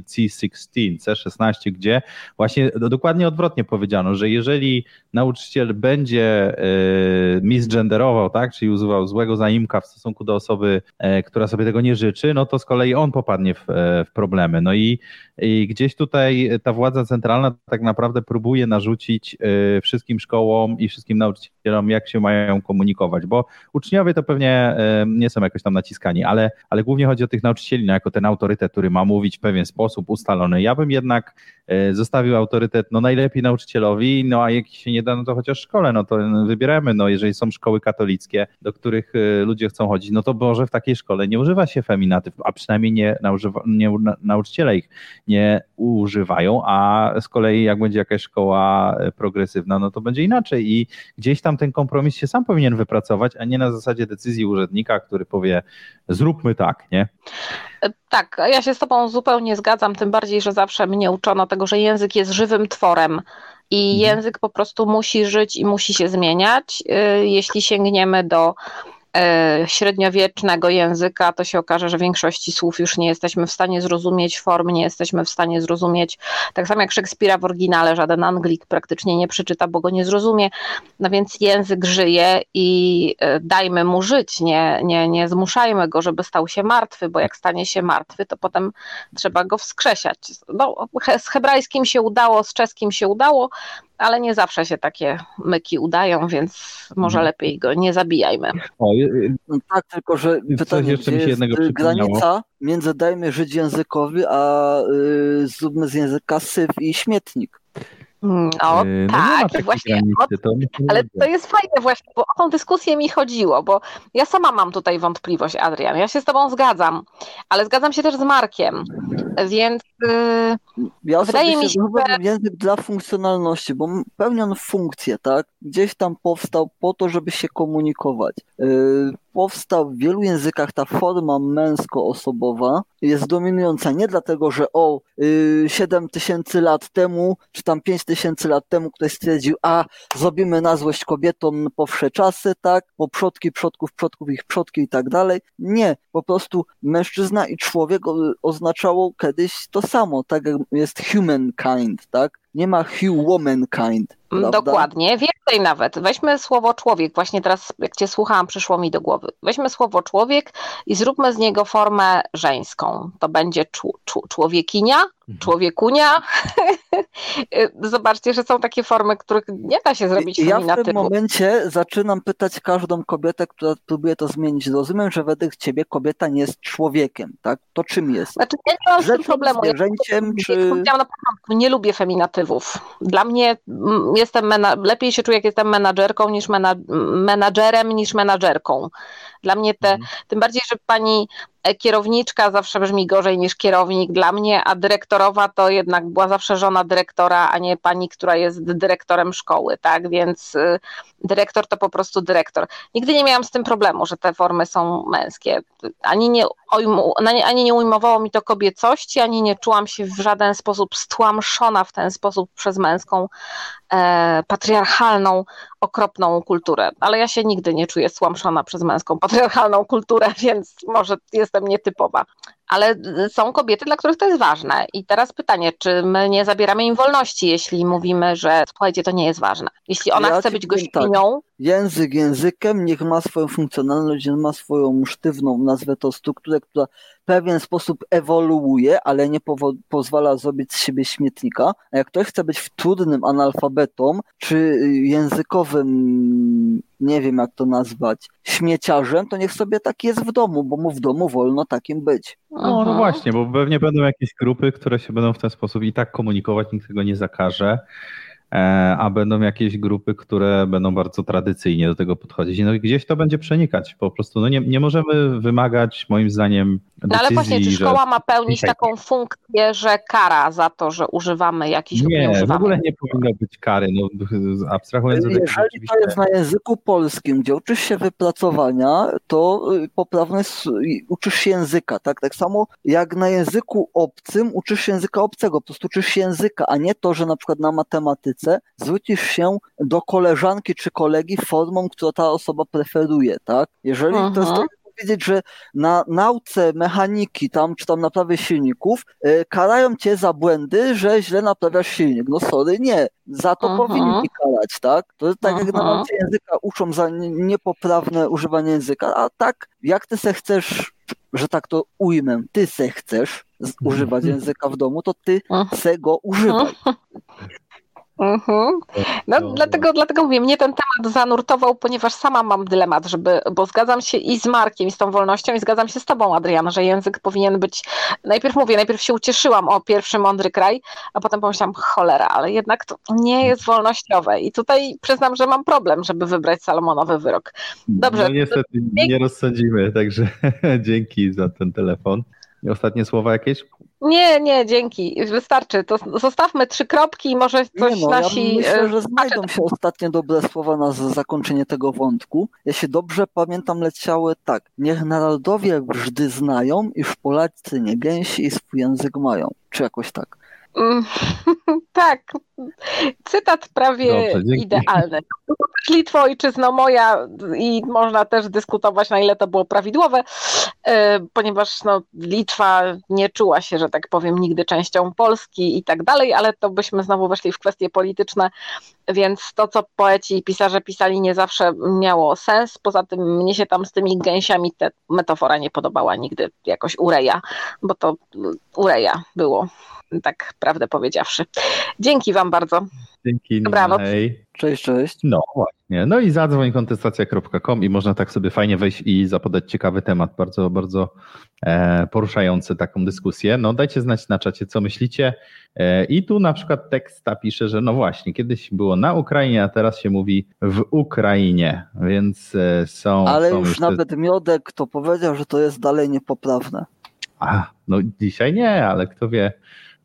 C16, gdzie właśnie dokładnie odwrotnie powiedziano, że jeżeli nauczyciel będzie misgenderował, tak, czyli używał złego zaimka w stosunku do osoby, która sobie tego nie życzy, no to z kolei on popadnie w problemy. No i gdzieś tutaj ta władza centralna tak naprawdę próbuje narzucić wszystkim szkołom i wszystkim nauczycielom, jak się mają komunikować, bo uczniowie to pewnie nie są jakoś tam naciskani, ale głównie chodzi o tych nauczycieli, jako ten autorytet, który ma mówić w pewien sposób ustalony. Ja bym jednak zostawił autorytet najlepiej nauczycielowi, a jak się nie da, no to chociaż szkole, no to wybieramy, jeżeli są szkoły katolickie, do których ludzie chcą chodzić, no to może w takiej szkole nie używa się feminatyw, a przynajmniej nauczyciele ich nie używają, a z kolei jak będzie jakaś szkoła progresywna, no to będzie inaczej i gdzieś tam ten kompromis się sam powinien wypracować, a nie na zasadzie decyzji urzędnika, który powie zróbmy tak, nie? Tak, ja się z tobą zupełnie zgadzam, tym bardziej, że zawsze mnie uczono tego, że język jest żywym tworem i język po prostu musi żyć i musi się zmieniać. Jeśli sięgniemy do średniowiecznego języka, to się okaże, że większości słów już nie jesteśmy w stanie zrozumieć, form nie jesteśmy w stanie zrozumieć. Tak samo jak Szekspira w oryginale żaden Anglik praktycznie nie przeczyta, bo go nie zrozumie. No więc język żyje i dajmy mu żyć, nie zmuszajmy go, żeby stał się martwy, bo jak stanie się martwy, to potem trzeba go wskrzesiać. Z hebrajskim się udało, z czeskim się udało, ale nie zawsze się takie myki udają, więc może lepiej go nie zabijajmy. Tak, tylko że pytanie, gdzie jest granica między dajmy żyć językowi, a zróbmy z języka syf i śmietnik. Tak, właśnie. Ale to jest fajne właśnie, bo o tą dyskusję mi chodziło, bo ja sama mam tutaj wątpliwość, Adrian. Ja się z tobą zgadzam, ale zgadzam się też z Markiem, więc ja wydaje mi się, że język dla funkcjonalności, bo pełni on funkcję, tak? Gdzieś tam powstał po to, żeby się komunikować. powstał w wielu językach ta forma męskoosobowa jest dominująca nie dlatego, że 7000 lat temu, czy tam 5000 lat temu ktoś stwierdził, zrobimy na złość kobietom po wsze czasy, tak, bo przodki przodków, przodków ich przodki i tak dalej. Nie, po prostu mężczyzna i człowiek oznaczało kiedyś to samo, tak jak jest humankind, tak? Nie ma womankind. Prawda? Dokładnie, więcej nawet. Weźmy słowo człowiek, właśnie teraz jak cię słuchałam, przyszło mi do głowy. Weźmy słowo człowiek i zróbmy z niego formę żeńską. To będzie człowiekinia, człowiekunia. Zobaczcie, że są takie formy, których nie da się zrobić feminatywą. Ja w tym momencie zaczynam pytać każdą kobietę, która próbuje to zmienić. Rozumiem, że według ciebie kobieta nie jest człowiekiem, tak? To czym jest? Znaczy, ja nie mam z tym problemu. Zwierzęciem, Ja powiedziałam na początku, nie lubię feminatywów. Dla mnie lepiej się czuję, jak jestem menadżerką niż menadżerem niż menadżerką. Dla mnie tym bardziej, że pani kierowniczka zawsze brzmi gorzej niż kierownik dla mnie, a dyrektorowa to jednak była zawsze żona dyrektora, a nie pani, która jest dyrektorem szkoły, tak? Więc dyrektor to po prostu dyrektor. Nigdy nie miałam z tym problemu, że te formy są męskie. Ani nie ujmowało mi to kobiecości, ani nie czułam się w żaden sposób stłamszona w ten sposób przez męską, patriarchalną, okropną kulturę. Ale ja się nigdy nie czuję stłamszona przez męską, patriarchalną kulturę, więc może jestem nietypowa. Ale są kobiety, dla których to jest ważne. I teraz pytanie, czy my nie zabieramy im wolności, jeśli mówimy, że słuchajcie, to nie jest ważne. Jeśli ona chce być gościnią... Tak. Język językiem, niech ma swoją funkcjonalność, niech ma swoją sztywną, nazwę to, strukturę, która w pewien sposób ewoluuje, ale nie pozwala zrobić z siebie śmietnika. A jak ktoś chce być trudnym analfabetą, czy językowym, nie wiem jak to nazwać, śmieciarzem, to niech sobie tak jest w domu, bo mu w domu wolno takim być. No właśnie, bo pewnie będą jakieś grupy, które się będą w ten sposób i tak komunikować, nikt tego nie zakaże, a będą jakieś grupy, które będą bardzo tradycyjnie do tego podchodzić. No i gdzieś to będzie przenikać po prostu. No nie możemy wymagać, moim zdaniem, decyzji, no ale właśnie, czy szkoła ma pełnić taką funkcję, że kara za to, że używamy jakichś lub nie używamy? W ogóle nie powinno być kary, no abstrahując od tego. Jeżeli to jest na języku polskim, gdzie uczysz się wypracowania, to poprawne uczysz się języka, tak? Tak samo jak na języku obcym uczysz się języka obcego, po prostu uczysz się języka, a nie to, że na przykład na matematyce zwrócisz się do koleżanki czy kolegi formą, którą ta osoba preferuje, tak? Jeżeli to jest powiedzieć, że na nauce mechaniki tam, czy tam naprawy silników karają cię za błędy, że źle naprawiasz silnik. No sorry, nie. Za to powinni karać, tak? To jest tak jak na nauce języka uczą za niepoprawne używanie języka, a tak jak ty se chcesz, że tak to ujmę, ty se chcesz używać języka w domu, to ty se go używaj. No, dlatego mówię, mnie ten temat zanurtował, ponieważ sama mam dylemat, bo zgadzam się i z Markiem, i z tą wolnością, i zgadzam się z tobą, Adrian, że język powinien być, najpierw się ucieszyłam o pierwszy mądry kraj, a potem pomyślałam, cholera, ale jednak to nie jest wolnościowe i tutaj przyznam, że mam problem, żeby wybrać Salomonowy wyrok. Dobrze. No niestety nie rozsądzimy, także dzięki za ten telefon. Ostatnie słowa jakieś? Nie, dzięki. Wystarczy. To zostawmy 3 kropki i może coś nasi... Ja myślę, że znajdą się ostatnie dobre słowa na zakończenie tego wątku. Ja się dobrze pamiętam, leciały tak. Niech narodowie wżdy znają, iż Polacy nie gęsi i swój język mają. Czy jakoś tak? Tak, cytat prawie idealny. Litwo, ojczyzno moja i można też dyskutować, na ile to było prawidłowe, ponieważ Litwa nie czuła się, że tak powiem, nigdy częścią Polski i tak dalej, ale to byśmy znowu weszli w kwestie polityczne, więc to, co poeci i pisarze pisali, nie zawsze miało sens. Poza tym mnie się tam z tymi gęsiami ta metafora nie podobała nigdy jakoś Ureja, bo to Ureja było. Tak prawdę powiedziawszy. Dzięki wam bardzo. Dzięki. Dobranoc. Hej. Cześć. No właśnie. No i zadzwoń kontestacja.com i można tak sobie fajnie wejść i zapodać ciekawy temat, bardzo, bardzo poruszający taką dyskusję. No dajcie znać na czacie, co myślicie. I tu na przykład Teksta pisze, że no właśnie, kiedyś było na Ukrainie, a teraz się mówi w Ukrainie, więc Ale są już nawet Miodek to powiedział, że to jest dalej niepoprawne. No dzisiaj nie, ale kto wie,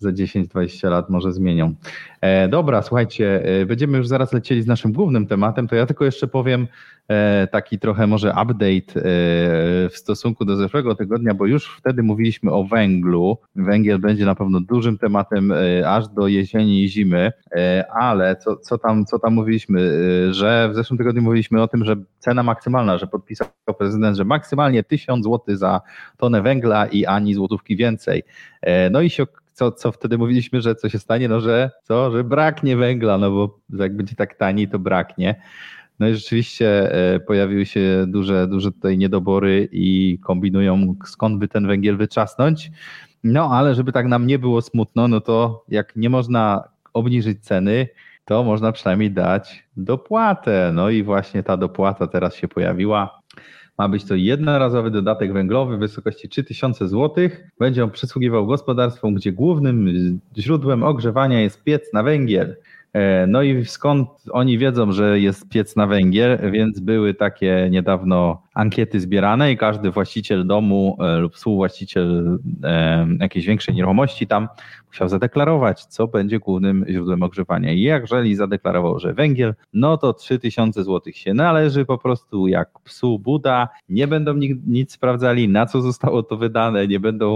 za 10-20 lat może zmienią. Dobra, słuchajcie, będziemy już zaraz lecieli z naszym głównym tematem, to ja tylko jeszcze powiem taki trochę może update w stosunku do zeszłego tygodnia, bo już wtedy mówiliśmy o węglu. Węgiel będzie na pewno dużym tematem aż do jesieni i zimy, ale co tam mówiliśmy, że w zeszłym tygodniu mówiliśmy o tym, że cena maksymalna, że podpisał prezydent, że maksymalnie 1000 zł za tonę węgla i ani złotówki więcej. No i co wtedy mówiliśmy, że co się stanie, no że braknie węgla, no bo jak będzie tak taniej, to braknie. No i rzeczywiście pojawiły się duże tutaj niedobory i kombinują, skąd by ten węgiel wyczasnąć. No ale żeby tak nam nie było smutno, no to jak nie można obniżyć ceny, to można przynajmniej dać dopłatę. No i właśnie ta dopłata teraz się pojawiła. Ma być to jednorazowy dodatek węglowy w wysokości 3000 zł. Będzie on przysługiwał gospodarstwom, gdzie głównym źródłem ogrzewania jest piec na węgiel. No i skąd oni wiedzą, że jest piec na węgiel, więc były takie niedawno ankiety zbierane i każdy właściciel domu lub współwłaściciel jakiejś większej nieruchomości tam musiał zadeklarować, co będzie głównym źródłem ogrzewania. I jeżeli zadeklarował, że węgiel, no to 3000 zł się należy po prostu jak psu Buda. Nie będą nic sprawdzali, na co zostało to wydane, nie będą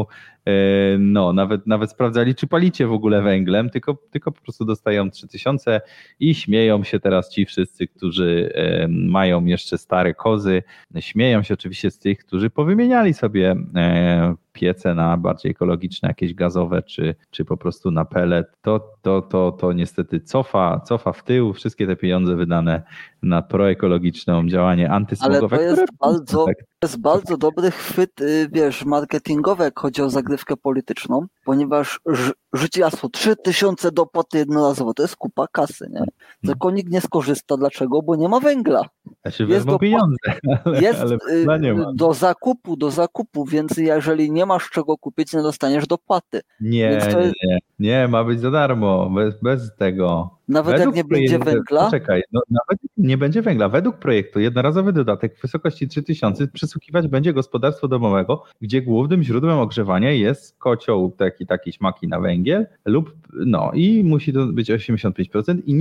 nawet sprawdzali, czy palicie w ogóle węglem, tylko po prostu dostają 3000 i śmieją się teraz ci wszyscy, którzy mają jeszcze stare kozy. Śmieją się oczywiście z tych, którzy powymieniali sobie piece na bardziej ekologiczne, jakieś gazowe, czy po prostu na pellet. To niestety cofa w tył wszystkie te pieniądze wydane na proekologiczne działanie antysmogowe. Ale to jest bardzo dobry chwyt, marketingowy, jak chodzi o zagrywkę polityczną, ponieważ życie jasło 3000 dopłaty jednorazowo, to jest kupa kasy, nie? Tylko nikt nie skorzysta. Dlaczego? Bo nie ma węgla. Jest pieniądze, ale nie ma. Do zakupu, więc jeżeli nie masz czego kupić, nie dostaniesz dopłaty. Nie, ma być za darmo, bez tego. Nawet jak nie będzie węgla? Poczekaj, nawet nie będzie węgla. Według projektu jednorazowy dodatek w wysokości 3000 przysługiwać będzie gospodarstwo domowego, gdzie głównym źródłem ogrzewania jest kocioł, taki śmaki na węgiel i musi to być 85% i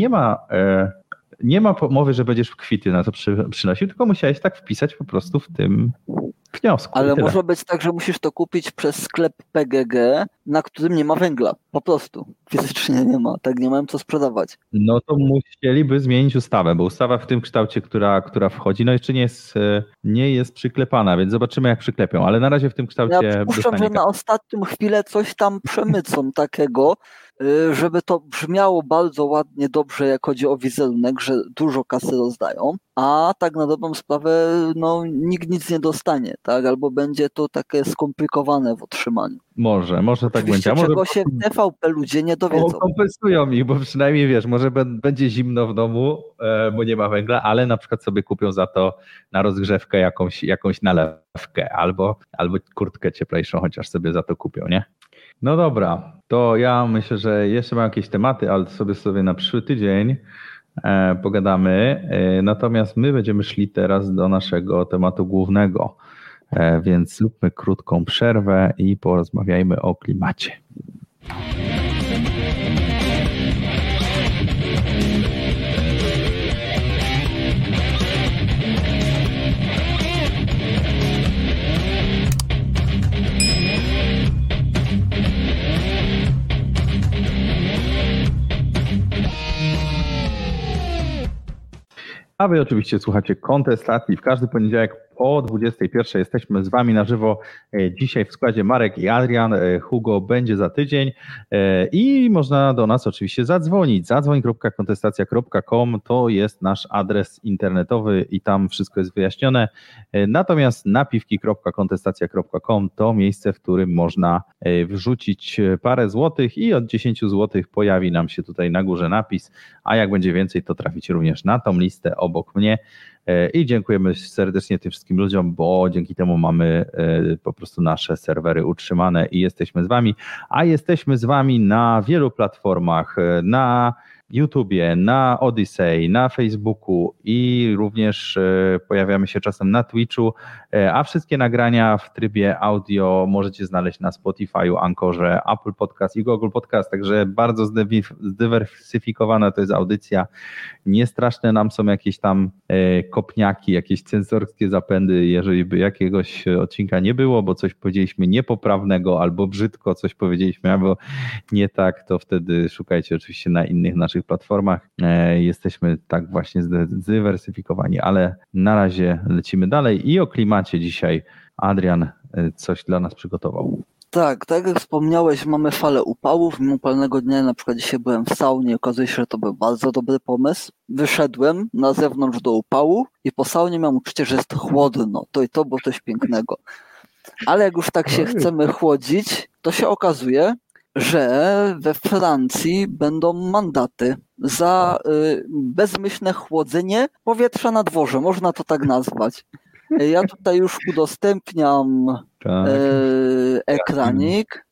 nie ma mowy, że będziesz w kwity na to przynosił, tylko musiałeś tak wpisać po prostu w tym wniosku. Ale może być tak, że musisz to kupić przez sklep PGG, na którym nie ma węgla. Po prostu. Fizycznie nie ma. Tak nie mają co sprzedawać. No to musieliby zmienić ustawę, bo ustawa w tym kształcie, która wchodzi, jeszcze nie jest przyklepana, więc zobaczymy, jak przyklepią. Ale na razie w tym kształcie... Ja przypuszczam, że na ostatnią chwilę coś tam przemycą takiego, żeby to brzmiało bardzo ładnie, dobrze, jak chodzi o wizerunek, że dużo kasy rozdają, a tak na dobrą sprawę nikt nic nie dostanie, tak? Albo będzie to takie skomplikowane w otrzymaniu. Może tak będzie. Czego się w TVP ludzie nie dowiedzą. Kompensują ich, bo przynajmniej może będzie zimno w domu, bo nie ma węgla, ale na przykład sobie kupią za to na rozgrzewkę jakąś nalewkę albo kurtkę cieplejszą, chociaż sobie za to kupią, nie? No dobra, to ja myślę, że jeszcze mam jakieś tematy, ale sobie na przyszły tydzień pogadamy. Natomiast my będziemy szli teraz do naszego tematu głównego, więc zróbmy krótką przerwę i porozmawiajmy o klimacie. A wy oczywiście słuchacie Kontestacji w każdy poniedziałek o 21:00 jesteśmy z wami na żywo. Dzisiaj w składzie Marek i Adrian. Hugo będzie za tydzień i można do nas oczywiście zadzwonić. Zadzwoń.kontestacja.com to jest nasz adres internetowy i tam wszystko jest wyjaśnione. Natomiast napiwki.kontestacja.com to miejsce, w którym można wrzucić parę złotych i od 10 złotych pojawi nam się tutaj na górze napis, a jak będzie więcej, to traficie również na tą listę obok mnie. I dziękujemy serdecznie tym wszystkim ludziom, bo dzięki temu mamy po prostu nasze serwery utrzymane i jesteśmy z wami, a jesteśmy z wami na wielu platformach, na YouTubie, na Odyssey, na Facebooku i również pojawiamy się czasem na Twitchu, a wszystkie nagrania w trybie audio możecie znaleźć na Spotify'u, Anchorze, Apple Podcast i Google Podcast, także bardzo zdywersyfikowana to jest audycja. Nie straszne nam są jakieś tam kopniaki, jakieś censorskie zapędy, jeżeli by jakiegoś odcinka nie było, bo coś powiedzieliśmy niepoprawnego albo brzydko coś powiedzieliśmy, albo nie tak, to wtedy szukajcie oczywiście na innych naszych platformach. Jesteśmy tak właśnie zdywersyfikowani, ale na razie lecimy dalej i o klimacie dzisiaj Adrian coś dla nas przygotował. Tak jak wspomniałeś, mamy falę upałów. Mimo upalnego dnia, na przykład dzisiaj byłem w saunie i okazuje się, że to był bardzo dobry pomysł. Wyszedłem na zewnątrz do upału i po saunie miałem uczucie, że jest chłodno. To było coś pięknego. Ale jak już tak się chcemy chłodzić, to się okazuje, że we Francji będą mandaty za bezmyślne chłodzenie powietrza na dworze. Można to tak nazwać. Ja tutaj już udostępniam ekranik.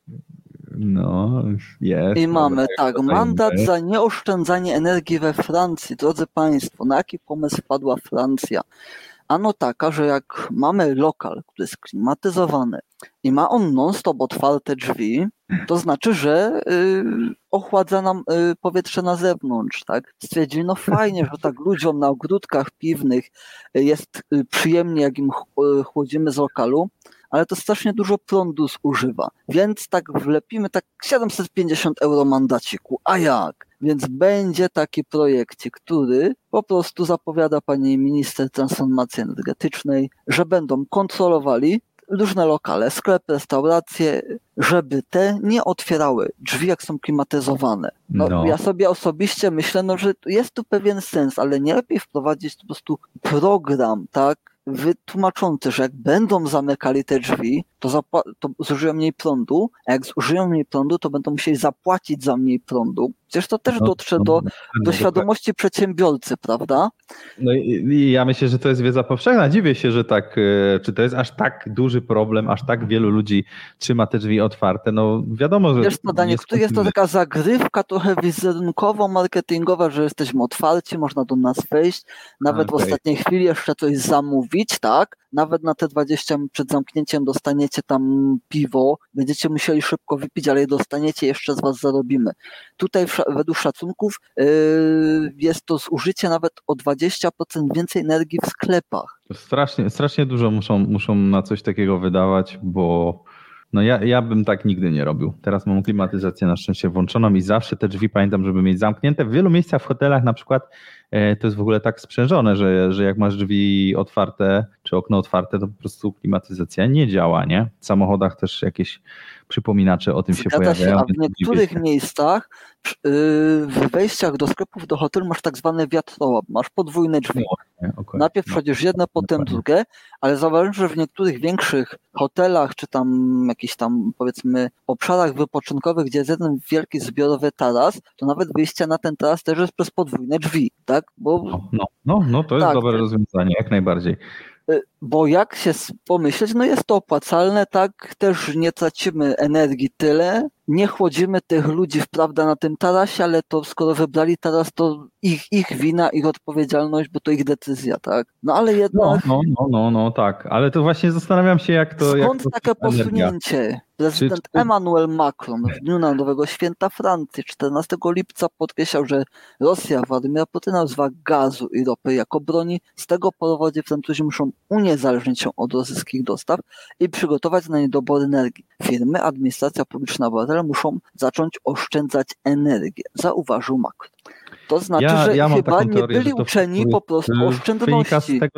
No, jest. I mamy dobra, mandat za nieoszczędzanie energii we Francji. Drodzy Państwo, na jaki pomysł wpadła Francja? Ano taka, że jak mamy lokal, który jest klimatyzowany i ma on non-stop otwarte drzwi, to znaczy, że ochładza nam powietrze na zewnątrz, tak? Stwierdzili, no fajnie, że tak ludziom na ogródkach piwnych jest przyjemnie, jak im chłodzimy z lokalu, ale to strasznie dużo prądu zużywa, więc tak wlepimy 750 euro mandaciku, a jak? Więc będzie taki projekcik, który po prostu zapowiada pani minister transformacji energetycznej, że będą kontrolowali różne lokale, sklepy, restauracje, żeby te nie otwierały drzwi, jak są klimatyzowane. No. Ja sobie osobiście myślę, że jest tu pewien sens, ale nie lepiej wprowadzić po prostu program, tak, wytłumaczący, że jak będą zamykali te drzwi, to zużyją mniej prądu, a jak zużyją mniej prądu, to będą musieli zapłacić za mniej prądu. Przecież to też dotrze do świadomości przedsiębiorcy, prawda? No i ja myślę, że to jest wiedza powszechna. Dziwię się, że tak, czy to jest aż tak duży problem, aż tak wielu ludzi trzyma te drzwi otwarte. No wiadomo, że... Wiesz co, Daniel, jest to taka zagrywka trochę wizerunkowo-marketingowa, że jesteśmy otwarci, można do nas wejść, nawet w ostatniej chwili jeszcze coś zamówić, tak? Nawet na te 20 minut przed zamknięciem dostaniecie tam piwo, będziecie musieli szybko wypić, ale je dostaniecie, jeszcze z was zarobimy. Tutaj według szacunków jest to zużycie nawet o 20% więcej energii w sklepach. Strasznie dużo muszą na coś takiego wydawać, bo no ja bym tak nigdy nie robił. Teraz mam klimatyzację na szczęście włączoną i zawsze te drzwi pamiętam, żeby mieć zamknięte. W wielu miejscach w hotelach na przykład to jest w ogóle tak sprzężone, że jak masz drzwi otwarte czy okno otwarte, to po prostu klimatyzacja nie działa, nie? W samochodach też jakieś przypominacze o tym się pojawiają. A w niektórych miejscach w wejściach do sklepów, do hotelu masz tak zwany wiatrołap, masz podwójne drzwi. Najpierw wchodzisz jedne, potem drugie, ale zauważyłem, że w niektórych większych hotelach, czy tam jakichś tam powiedzmy obszarach wypoczynkowych, gdzie jest jeden wielki zbiorowy taras, to nawet wyjście na ten taras też jest przez podwójne drzwi, tak? Bo... No to jest dobre rozwiązanie, jak najbardziej. Bo jak się pomyśleć, no jest to opłacalne, tak, też nie tracimy energii tyle, nie chłodzimy tych ludzi, prawda, na tym tarasie, ale to skoro wybrali taras, to ich wina, ich odpowiedzialność, bo to ich decyzja, tak? No ale jednak... No, tak, ale to właśnie zastanawiam się, jak to... Skąd takie posunięcie? Prezydent Emmanuel Macron w dniu Narodowego Święta Francji 14 lipca podkreślał, że Rosja Władimira Putina używa gazu i ropy jako broni. Z tego powodu Francuzi muszą uniezależnić się od rosyjskich dostaw i przygotować na niedobór energii. Firmy, administracja publiczna, obywatele muszą zacząć oszczędzać energię, zauważył Macron. To znaczy, że chyba nie byli uczeni po prostu oszczędności. Z tego,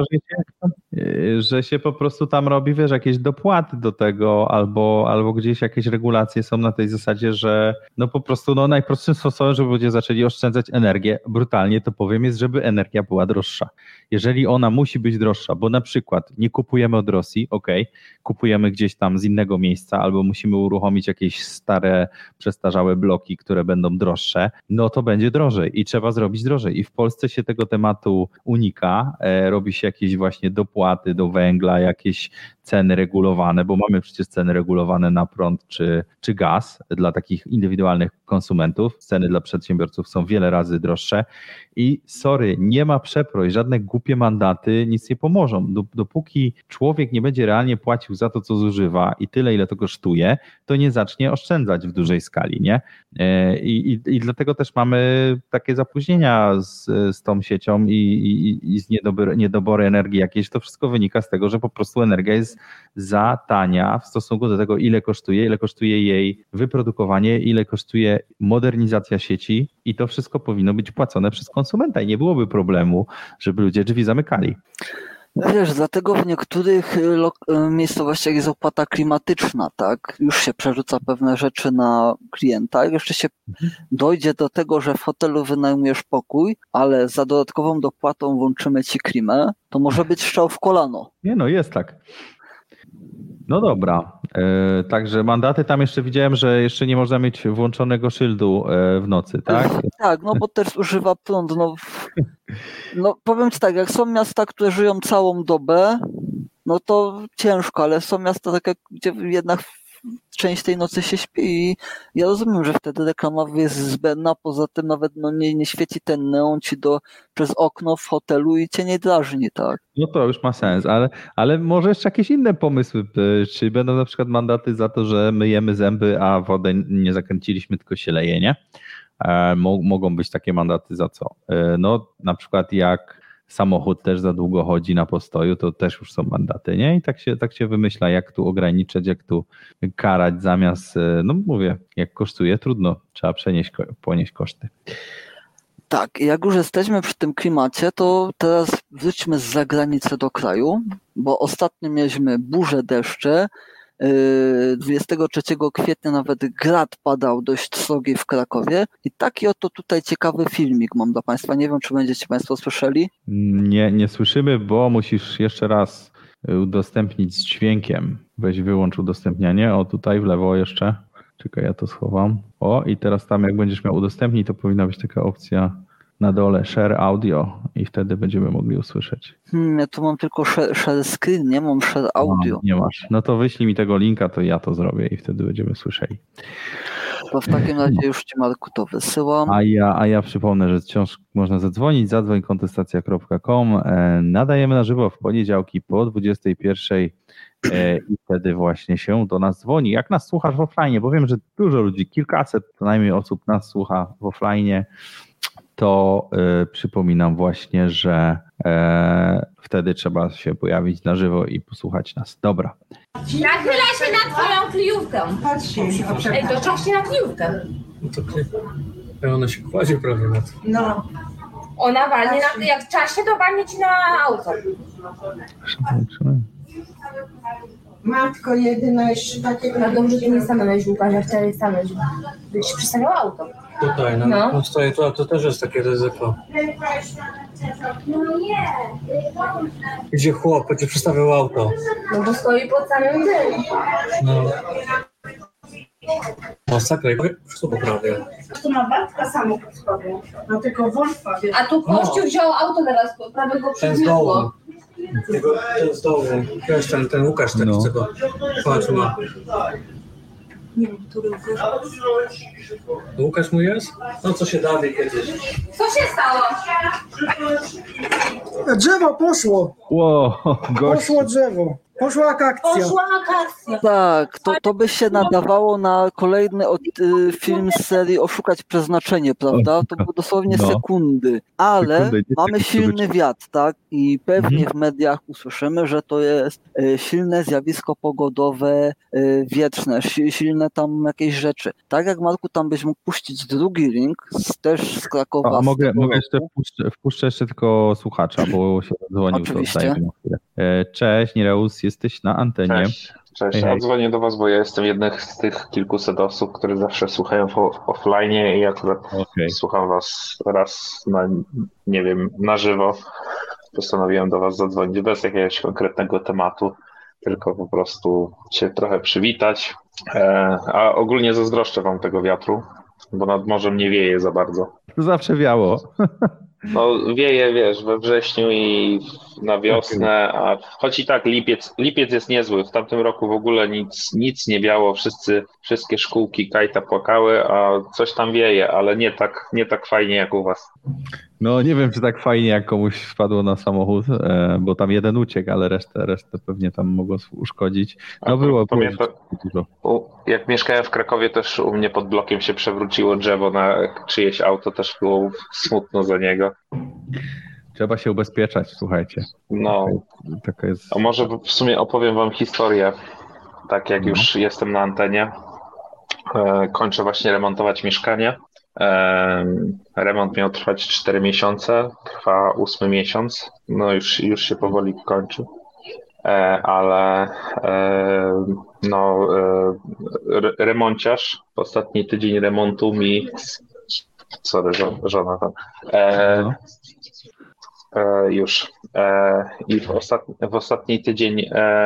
że się po prostu tam robi, wiesz, jakieś dopłaty do tego, albo gdzieś jakieś regulacje są na tej zasadzie, że no po prostu najprostszym sposobem, żeby ludzie zaczęli oszczędzać energię, brutalnie to powiem, jest, żeby energia była droższa. Jeżeli ona musi być droższa, bo na przykład nie kupujemy od Rosji, kupujemy gdzieś tam z innego miejsca, albo musimy uruchomić jakieś stare, przestarzałe bloki, które będą droższe, no to będzie drożej i trzeba trzeba zrobić drożej. I w Polsce się tego tematu unika, robi się jakieś właśnie dopłaty do węgla, jakieś ceny regulowane, bo mamy przecież ceny regulowane na prąd czy gaz dla takich indywidualnych konsumentów. Ceny dla przedsiębiorców są wiele razy droższe i sorry, nie ma przeproś, żadne głupie mandaty nic nie pomożą. Dopóki człowiek nie będzie realnie płacił za to, co zużywa i tyle, ile to kosztuje, to nie zacznie oszczędzać w dużej skali, nie? I dlatego też mamy takie zapóźnienia z tą siecią i z niedobory energii jakiejś. To wszystko wynika z tego, że po prostu energia jest za tania w stosunku do tego, ile kosztuje jej wyprodukowanie, ile kosztuje modernizacja sieci i to wszystko powinno być płacone przez konsumenta i nie byłoby problemu, żeby ludzie drzwi zamykali. Wiesz, dlatego w niektórych miejscowościach jest opłata klimatyczna, tak? Już się przerzuca pewne rzeczy na klienta. Jak jeszcze się dojdzie do tego, że w hotelu wynajmujesz pokój, ale za dodatkową dopłatą włączymy ci klimę, to może być strzał w kolano. Nie no, jest tak. No dobra, także mandaty tam jeszcze widziałem, że jeszcze nie można mieć włączonego szyldu w nocy, tak? Tak, no bo też używa prąd. No powiem ci tak, jak są miasta, które żyją całą dobę, no to ciężko, ale są miasta takie, gdzie jednak część tej nocy się śpi i ja rozumiem, że wtedy reklama jest zbędna, poza tym nawet nie świeci ten neon ci przez okno w hotelu i cię nie drażni, tak? No to już ma sens, ale może jeszcze jakieś inne pomysły, czy będą na przykład mandaty za to, że myjemy zęby, a wodę nie zakręciliśmy, tylko się leje, nie? Mogą być takie mandaty za co? No na przykład jak samochód też za długo chodzi na postoju, to też już są mandaty, nie? I tak się wymyśla, jak tu ograniczać, jak tu karać zamiast, no mówię, jak kosztuje, trudno, trzeba ponieść koszty. Tak, jak już jesteśmy przy tym klimacie, to teraz wróćmy z zagranicy do kraju, bo ostatnio mieliśmy burze, deszcze. 23 kwietnia nawet grad padał dość srogi w Krakowie i taki oto tutaj ciekawy filmik mam dla Państwa. Nie wiem, czy będziecie Państwo słyszeli? Nie słyszymy, bo musisz jeszcze raz udostępnić z dźwiękiem. Weź wyłącz udostępnianie. O, tutaj w lewo jeszcze. Czekaj, ja to schowam. O, i teraz tam jak będziesz miał udostępnić, to powinna być taka opcja na dole share audio i wtedy będziemy mogli usłyszeć. Ja tu mam tylko share screen, nie mam share audio. Nie masz. No to wyślij mi tego linka, to ja to zrobię i wtedy będziemy słyszeli. To w takim razie już Ci, Marku, to wysyłam. A ja przypomnę, że wciąż można zadzwonić, zadzwoń.kontestacja.com. Nadajemy na żywo w poniedziałki po 21:00 i wtedy właśnie się do nas dzwoni. Jak nas słuchasz w offline, bo wiem, że dużo ludzi, kilkaset co najmniej osób nas słucha w offline, to przypominam właśnie, że wtedy trzeba się pojawić na żywo i posłuchać nas. Dobra. Nachyla się nad twoją kryjówkę. Patrzcie, Ej, to czas się na kryjówkę. No to ona się kładzie prawie na to. no. Ona walnie na, jak czas się, to walnie ci na auto. Matko jedyna jeszcze takiego... Na dobrze, ty nie stanąłeś, Łukasz, ja wtedy stanąłeś. By ci przystawiało auto. Tutaj, no stoi tu, a to też jest takie ryzyko. Gdzie chłop, będzie przystawiał auto. No bo stoi pod samym tym. No. Masakra, wszystko poprawia. Tu ma Bartka samochód sobie. No tylko Wolfa, wiesz. A tu Kościół wziął auto teraz, prawie go Ten z dołu. przygniotło. Ten z dołu. Wiesz, ten Łukasz taki, co go patrz ma. Nie wiem, który Łukasz. Łukasz mu jest? No co się da kiedyś. Co się stało? Drzewo poszło! Wow, gość. Poszło drzewo. Poszła akcja. Poszła akacja. Tak, to by się nadawało na kolejny film z serii Oszukać przeznaczenie, prawda? To były dosłownie sekundy, ale Sekundy, nie mamy sekundy. silny wiatr, tak? I pewnie w mediach usłyszymy, że to jest silne zjawisko pogodowe, wietrzne, silne tam jakieś rzeczy. Tak jak, Marku, tam byś mógł puścić drugi link, też z Krakowa. A, mogę tego jeszcze roku. wpuszczę jeszcze tylko słuchacza, bo się dzwonił. Oczywiście. To dajmy mu chwilę. Cześć, Nireus, jesteś na antenie. Cześć. Hej. Dzwonię do Was, bo ja jestem jednym z tych kilkuset osób, które zawsze słuchają offline i akurat słucham Was raz na żywo. Postanowiłem do Was zadzwonić bez jakiegoś konkretnego tematu, tylko po prostu się trochę przywitać. A ogólnie zazdroszczę Wam tego wiatru, bo nad morzem nie wieje za bardzo. To zawsze wiało. No wieje, wiesz, we wrześniu i na wiosnę, a choć i tak lipiec jest niezły. W tamtym roku w ogóle nic nie wiało, wszystkie szkółki kajta płakały, a coś tam wieje, ale nie tak fajnie jak u was. No nie wiem, czy tak fajnie jak komuś wpadło na samochód, bo tam jeden uciekł, ale resztę pewnie tam mogło uszkodzić. No było dużo. Jak mieszkałem w Krakowie, też u mnie pod blokiem się przewróciło drzewo na czyjeś auto, też było smutno za niego. Trzeba się ubezpieczać, słuchajcie. No, taka jest... a może w sumie opowiem wam historię, tak jak już jestem na antenie. Kończę właśnie remontować mieszkanie. Remont miał trwać 4 miesiące, trwa 8 miesiąc, no już się powoli kończy, ale remonciarz, ostatni tydzień remontu mi, sorry, żona tam, i w ostatni tydzień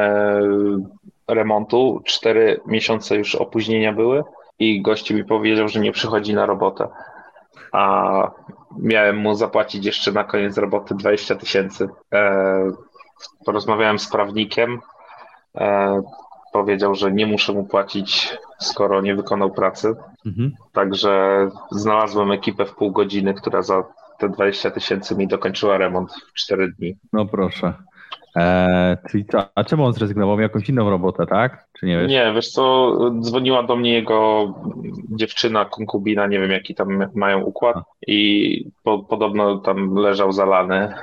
remontu 4 miesiące już opóźnienia były i gościu mi powiedział, że nie przychodzi na robotę, a miałem mu zapłacić jeszcze na koniec roboty 20 000. Porozmawiałem z prawnikiem, powiedział, że nie muszę mu płacić, skoro nie wykonał pracy. Także znalazłem ekipę w pół godziny, która za te 20 000 mi dokończyła remont w 4 dni. No proszę. Czyli co? A czemu on zrezygnował? Miał jakąś inną robotę, tak? Czy nie wiesz? Nie, wiesz co, dzwoniła do mnie jego dziewczyna, konkubina, nie wiem jaki tam mają układ i podobno tam leżał zalany.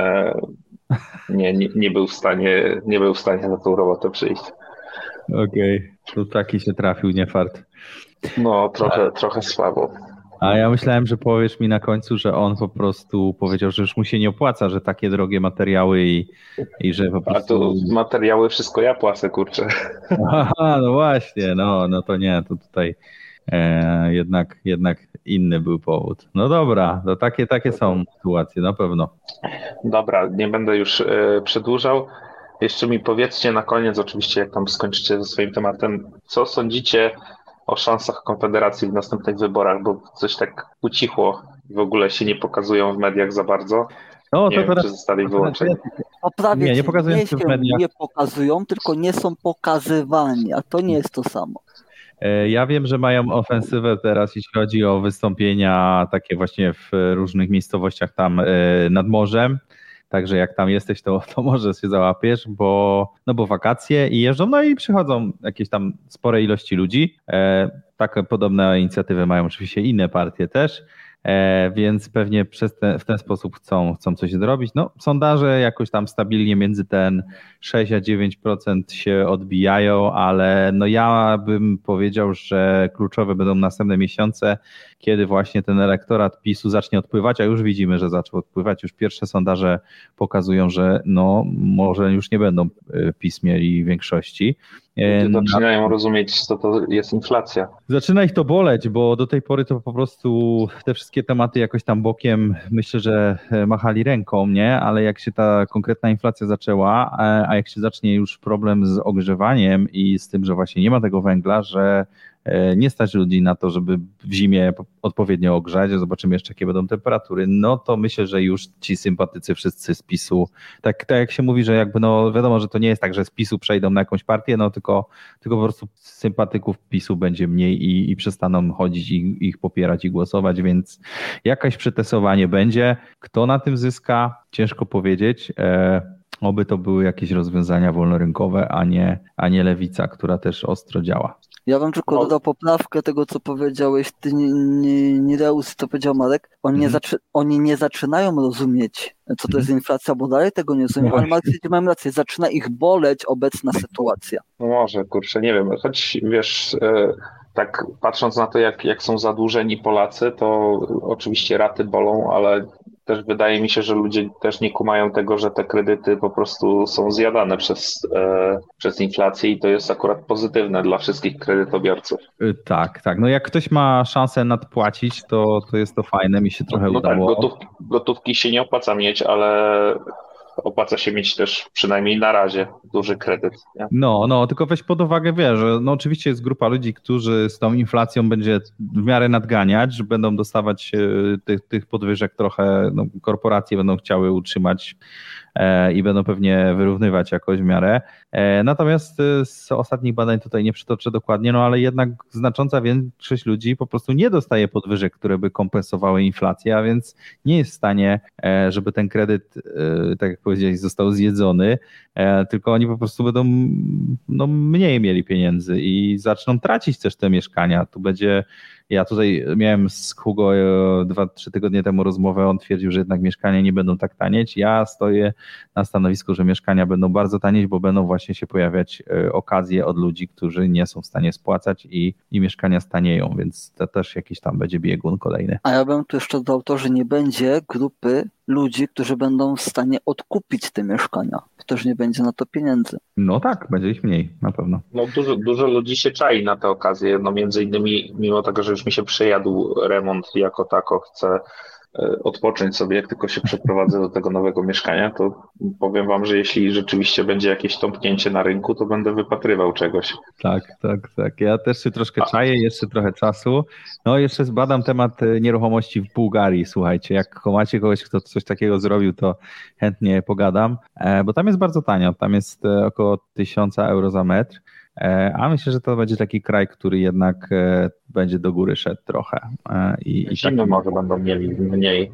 Nie był w stanie na tą robotę przyjść. Okej, to taki się trafił, nie fart. No, trochę słabo. A ja myślałem, że powiesz mi na końcu, że on po prostu powiedział, że już mu się nie opłaca, że takie drogie materiały i że po prostu... A to materiały wszystko ja płacę, kurczę. Aha, no właśnie, no to nie, to tutaj jednak inny był powód. No dobra, to takie są sytuacje, na pewno. Dobra, nie będę już przedłużał. Jeszcze mi powiedzcie na koniec, oczywiście jak tam skończycie ze swoim tematem, co sądzicie o szansach Konfederacji w następnych wyborach, bo coś tak ucichło i w ogóle się nie pokazują w mediach za bardzo. No, nie wiem, czy zostali wyłączeni. Nie pokazują się w mediach. Nie pokazują, tylko nie są pokazywani, a to nie jest to samo. Ja wiem, że mają ofensywę teraz, jeśli chodzi o wystąpienia takie właśnie w różnych miejscowościach tam nad morzem. Także jak tam jesteś, to może się załapiesz, bo wakacje i jeżdżą, no i przychodzą jakieś tam spore ilości ludzi. Takie podobne inicjatywy mają oczywiście inne partie też, więc pewnie w ten sposób chcą coś zrobić. No, sondaże jakoś tam stabilnie między ten 6 a 9% się odbijają, ale no ja bym powiedział, że kluczowe będą następne miesiące, kiedy właśnie ten elektorat PiS-u zacznie odpływać, a już widzimy, że zaczął odpływać. Już pierwsze sondaże pokazują, że no może już nie będą PiS mieli większości. Zaczynają rozumieć, co to jest inflacja. Zaczyna ich to boleć, bo do tej pory to po prostu te wszystkie tematy jakoś tam bokiem, myślę, że machali ręką, nie? Ale jak się ta konkretna inflacja zaczęła, a jak się zacznie już problem z ogrzewaniem i z tym, że właśnie nie ma tego węgla, że nie stać ludzi na to, żeby w zimie odpowiednio ogrzać, zobaczymy jeszcze jakie będą temperatury, no to myślę, że już ci sympatycy wszyscy z PiS-u, tak jak się mówi, że jakby no wiadomo, że to nie jest tak, że z PiS-u przejdą na jakąś partię, no tylko po prostu sympatyków PiS-u będzie mniej i przestaną chodzić i ich popierać i głosować, więc jakaś przetestowanie będzie. Kto na tym zyska? Ciężko powiedzieć. Oby to były jakieś rozwiązania wolnorynkowe, a nie lewica, która też ostro działa. Ja bym tylko dodał poprawkę tego, co powiedziałeś, ty nie Reus, co powiedział Marek. Oni nie zaczynają rozumieć, co to jest inflacja, bo dalej tego nie rozumieją, ale Marksisty mają rację, zaczyna ich boleć obecna sytuacja. No może, kurczę, nie wiem, choć wiesz, tak patrząc na to, jak są zadłużeni Polacy, to oczywiście raty bolą, ale też wydaje mi się, że ludzie też nie kumają tego, że te kredyty po prostu są zjadane przez inflację i to jest akurat pozytywne dla wszystkich kredytobiorców. Tak. No jak ktoś ma szansę nadpłacić, to jest to fajne, mi się trochę udało. Tak, gotówki się nie opłaca mieć, ale opłaca się mieć też przynajmniej na razie duży kredyt. Nie? No, tylko weź pod uwagę, wiesz, że no oczywiście jest grupa ludzi, którzy z tą inflacją będzie w miarę nadganiać, że będą dostawać tych podwyżek trochę, no, korporacje będą chciały utrzymać i będą pewnie wyrównywać jakoś w miarę. Natomiast z ostatnich badań tutaj nie przytoczę dokładnie, no ale jednak znacząca większość ludzi po prostu nie dostaje podwyżek, które by kompensowały inflację, a więc nie jest w stanie, żeby ten kredyt, tak jak powiedziałeś, został zjedzony, tylko oni po prostu będą mniej mieli pieniędzy i zaczną tracić też te mieszkania. Ja tutaj miałem z Hugo 2-3 tygodnie temu rozmowę, on twierdził, że jednak mieszkania nie będą tak tanieć. Ja stoję na stanowisku, że mieszkania będą bardzo tanieć, bo będą właśnie się pojawiać okazje od ludzi, którzy nie są w stanie spłacać i mieszkania stanieją, więc to też jakiś tam będzie biegun kolejny. A ja bym tu jeszcze dodał to, że nie będzie grupy ludzi, którzy będą w stanie odkupić te mieszkania. Też nie będzie na to pieniędzy. No tak, będzie ich mniej, na pewno. No dużo ludzi się czai na te okazje, no między innymi mimo tego, że już mi się przejadł remont jako tako, chcę odpocząć sobie, jak tylko się przeprowadzę do tego nowego mieszkania, to powiem wam, że jeśli rzeczywiście będzie jakieś tąpnięcie na rynku, to będę wypatrywał czegoś. Tak. Ja też się troszkę czaję, jeszcze trochę czasu. No jeszcze zbadam temat nieruchomości w Bułgarii, słuchajcie. Jak macie kogoś, kto coś takiego zrobił, to chętnie pogadam, bo tam jest bardzo tanio. Tam jest około 1000 euro za metr. A myślę, że to będzie taki kraj, który jednak będzie do góry szedł trochę. Zimy może będą mieli mniej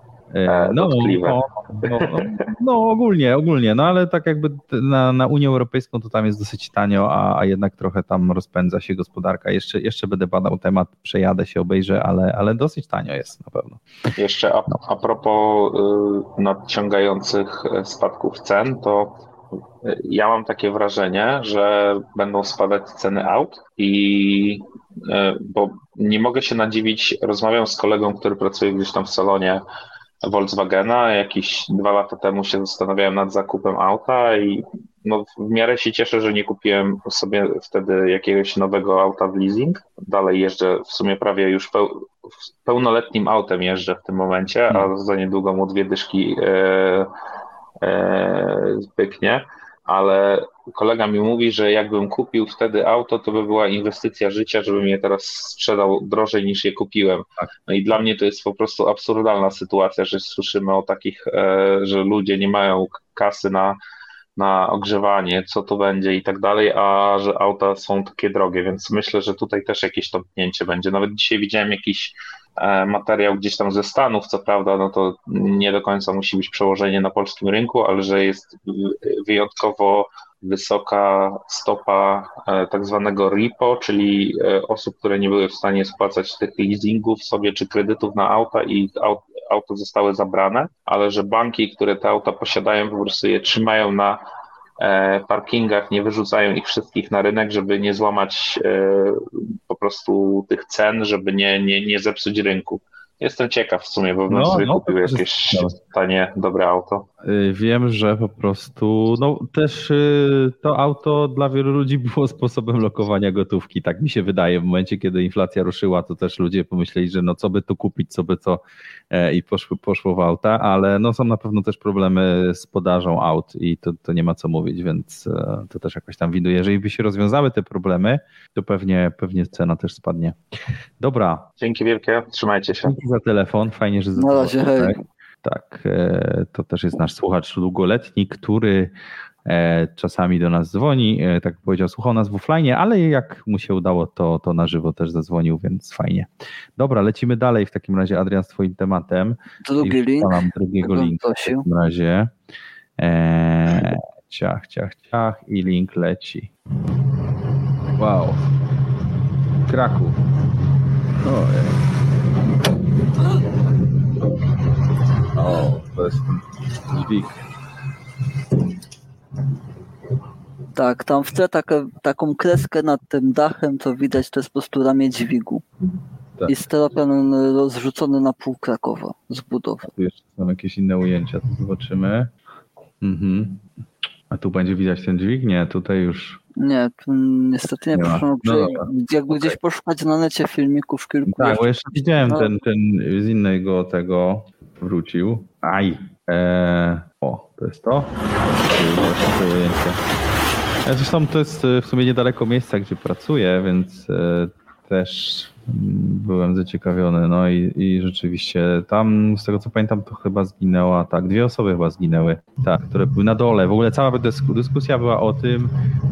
ogólnie, no ale tak jakby na Unię Europejską to tam jest dosyć tanio, a jednak trochę tam rozpędza się gospodarka. Jeszcze będę badał temat, przejadę się, obejrzę, ale dosyć tanio jest na pewno. Jeszcze a propos nadciągających spadków cen, to ja mam takie wrażenie, że będą spadać ceny aut bo nie mogę się nadziwić, rozmawiam z kolegą, który pracuje gdzieś tam w salonie Volkswagena, jakieś 2 lata temu się zastanawiałem nad zakupem auta i no, w miarę się cieszę, że nie kupiłem sobie wtedy jakiegoś nowego auta w leasing. Dalej jeżdżę w sumie prawie już pełnoletnim autem jeżdżę w tym momencie, a za niedługo mu 2 dyszki pyknie. Ale kolega mi mówi, że jakbym kupił wtedy auto, to by była inwestycja życia, żebym je teraz sprzedał drożej niż je kupiłem. No i dla mnie to jest po prostu absurdalna sytuacja, że słyszymy o takich, że ludzie nie mają kasy na ogrzewanie, co to będzie i tak dalej, a że auta są takie drogie, więc myślę, że tutaj też jakieś tąpnięcie będzie. Nawet dzisiaj widziałem jakiś materiał gdzieś tam ze Stanów, co prawda, no to nie do końca musi być przełożenie na polskim rynku, ale że jest wyjątkowo wysoka stopa tak zwanego repo, czyli osób, które nie były w stanie spłacać tych leasingów sobie czy kredytów na auta i auto zostały zabrane, ale że banki, które te auta posiadają, po prostu je trzymają na parkingach, nie wyrzucają ich wszystkich na rynek, żeby nie złamać po prostu tych cen, żeby nie zepsuć rynku. Jestem ciekaw w sumie, bo bym sobie kupił jakieś tanie, dobre auto. Wiem, że po prostu też to auto dla wielu ludzi było sposobem lokowania gotówki. Tak mi się wydaje. W momencie, kiedy inflacja ruszyła, to też ludzie pomyśleli, że co by tu kupić, co by co i poszło w auta, ale są na pewno też problemy z podażą aut i to nie ma co mówić, więc to też jakoś tam widuje. Jeżeli by się rozwiązały te problemy, to pewnie cena też spadnie. Dobra. Dzięki wielkie, trzymajcie się. Dzięki za telefon, fajnie, że na razie, hej. Tak, to też jest nasz słuchacz długoletni, który czasami do nas dzwoni, tak jak powiedział, słuchał nas w offline, ale jak mu się udało, to na żywo też zadzwonił, więc fajnie. Dobra, lecimy dalej w takim razie, Adrian, z twoim tematem. Drugi link. Mam drugiego linka w takim razie. Ciach i link leci. Wow. Kraków. To jest dźwig. Tak, tam w tle taką kreskę nad tym dachem, to widać, to jest po prostu ramię dźwigu. Tak. I styropian rozrzucony na pół Krakowa z budowy. Tu jeszcze są jakieś inne ujęcia, to zobaczymy. A tu będzie widać ten dźwig? Nie, tutaj już... Nie, tu niestety nie proszę. Jakby gdzieś poszukać na necie filmików kilku. Tak, bo jeszcze widziałem ten z innego tego wrócił. To jest to. Właśnie to ujęcie. Zresztą to jest w sumie niedaleko miejsca, gdzie pracuję, więc też byłem zaciekawiony. No i rzeczywiście tam, z tego co pamiętam, to chyba zginęła, 2 osoby chyba zginęły, które były na dole. W ogóle cała dyskusja była o tym,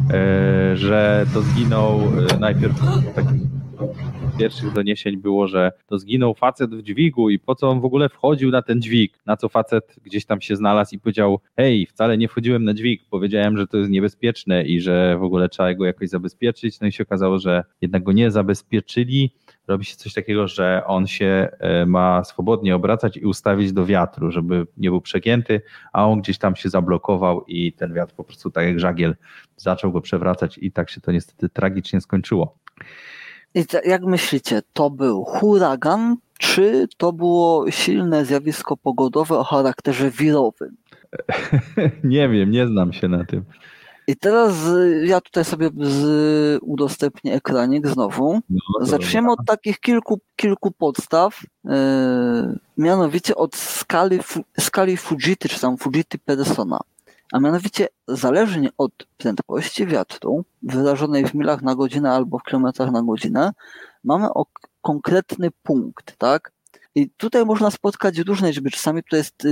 że to zginął najpierw pierwszych doniesień było, że to zginął facet w dźwigu i po co on w ogóle wchodził na ten dźwig, na co facet gdzieś tam się znalazł i powiedział: hej, wcale nie wchodziłem na dźwig, powiedziałem, że to jest niebezpieczne i że w ogóle trzeba go jakoś zabezpieczyć, no i się okazało, że jednak go nie zabezpieczyli. Robi się coś takiego, że on się ma swobodnie obracać i ustawić do wiatru, żeby nie był przegięty, a on gdzieś tam się zablokował i ten wiatr po prostu tak jak żagiel zaczął go przewracać i tak się to niestety tragicznie skończyło. I jak myślicie, to był huragan, czy to było silne zjawisko pogodowe o charakterze wirowym? Nie wiem, nie znam się na tym. I teraz ja tutaj sobie udostępnię ekranik znowu. Zaczniemy od takich kilku podstaw, mianowicie od skali Fujity, czy tam Fujity-Pearsona. A mianowicie zależnie od prędkości wiatru, wyrażonej w milach na godzinę albo w kilometrach na godzinę, mamy konkretny punkt, tak? I tutaj można spotkać różne liczby. Czasami to jest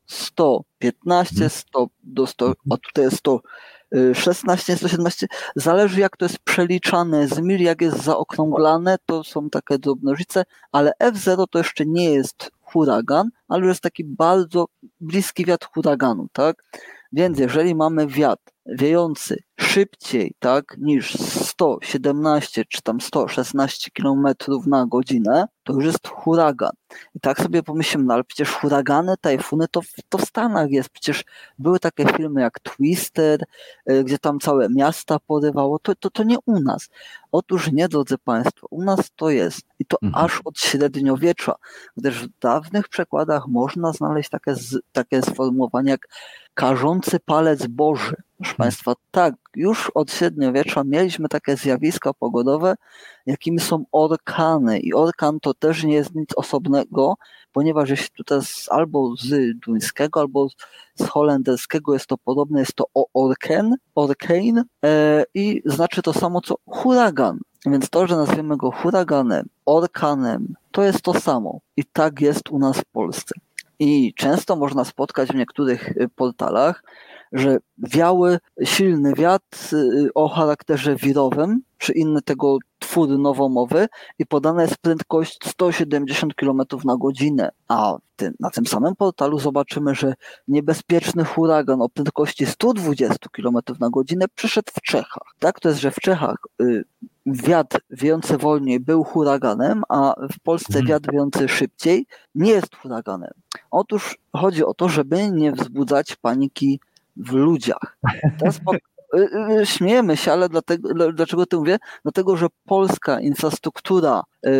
115, 100 do 100, a tutaj jest 116, 117. Zależy jak to jest przeliczane z mil, jak jest zaokrąglane, to są takie drobnożyce, ale F0 to jeszcze nie jest huragan, ale już jest taki bardzo bliski wiatr huraganu, tak? Więc jeżeli mamy wiatr wiejący szybciej, tak, niż 117 czy tam 116 km na godzinę, to już jest huragan. I tak sobie pomyślimy, no ale przecież huragany, tajfuny to w Stanach jest. Przecież były takie filmy jak Twister, gdzie tam całe miasta porywało. To nie u nas. Otóż nie, drodzy Państwo, u nas to jest. I to aż od średniowiecza, gdyż w dawnych przekładach można znaleźć takie sformułowanie jak karzący palec Boży. Proszę Państwa, tak, już od średniowiecza mieliśmy takie zjawiska pogodowe, jakimi są orkany. I orkan to też nie jest nic osobnego, ponieważ jeśli tutaj albo z duńskiego, albo z holenderskiego jest to podobne, jest to orkan i znaczy to samo co huragan. Więc to, że nazwiemy go huraganem, orkanem, to jest to samo. I tak jest u nas w Polsce. I często można spotkać w niektórych portalach, że wiały silny wiatr o charakterze wirowym, czy inny tego twór nowomowy i podana jest prędkość 170 km na godzinę, a na tym samym portalu zobaczymy, że niebezpieczny huragan o prędkości 120 km na godzinę przyszedł w Czechach. Tak to jest, że w Czechach wiatr wiejący wolniej był huraganem, a w Polsce wiatr wiejący szybciej nie jest huraganem. Otóż chodzi o to, żeby nie wzbudzać paniki w ludziach. Teraz śmiejemy się, ale dlaczego to mówię? Dlatego, że polska infrastruktura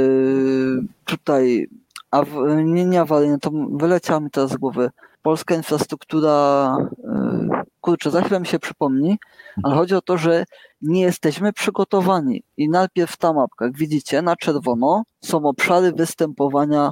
tutaj, nie awaryjna, to wyleciała mi teraz z głowy, polska infrastruktura, za chwilę mi się przypomni, ale chodzi o to, że nie jesteśmy przygotowani. I najpierw ta mapka, jak widzicie, na czerwono są obszary występowania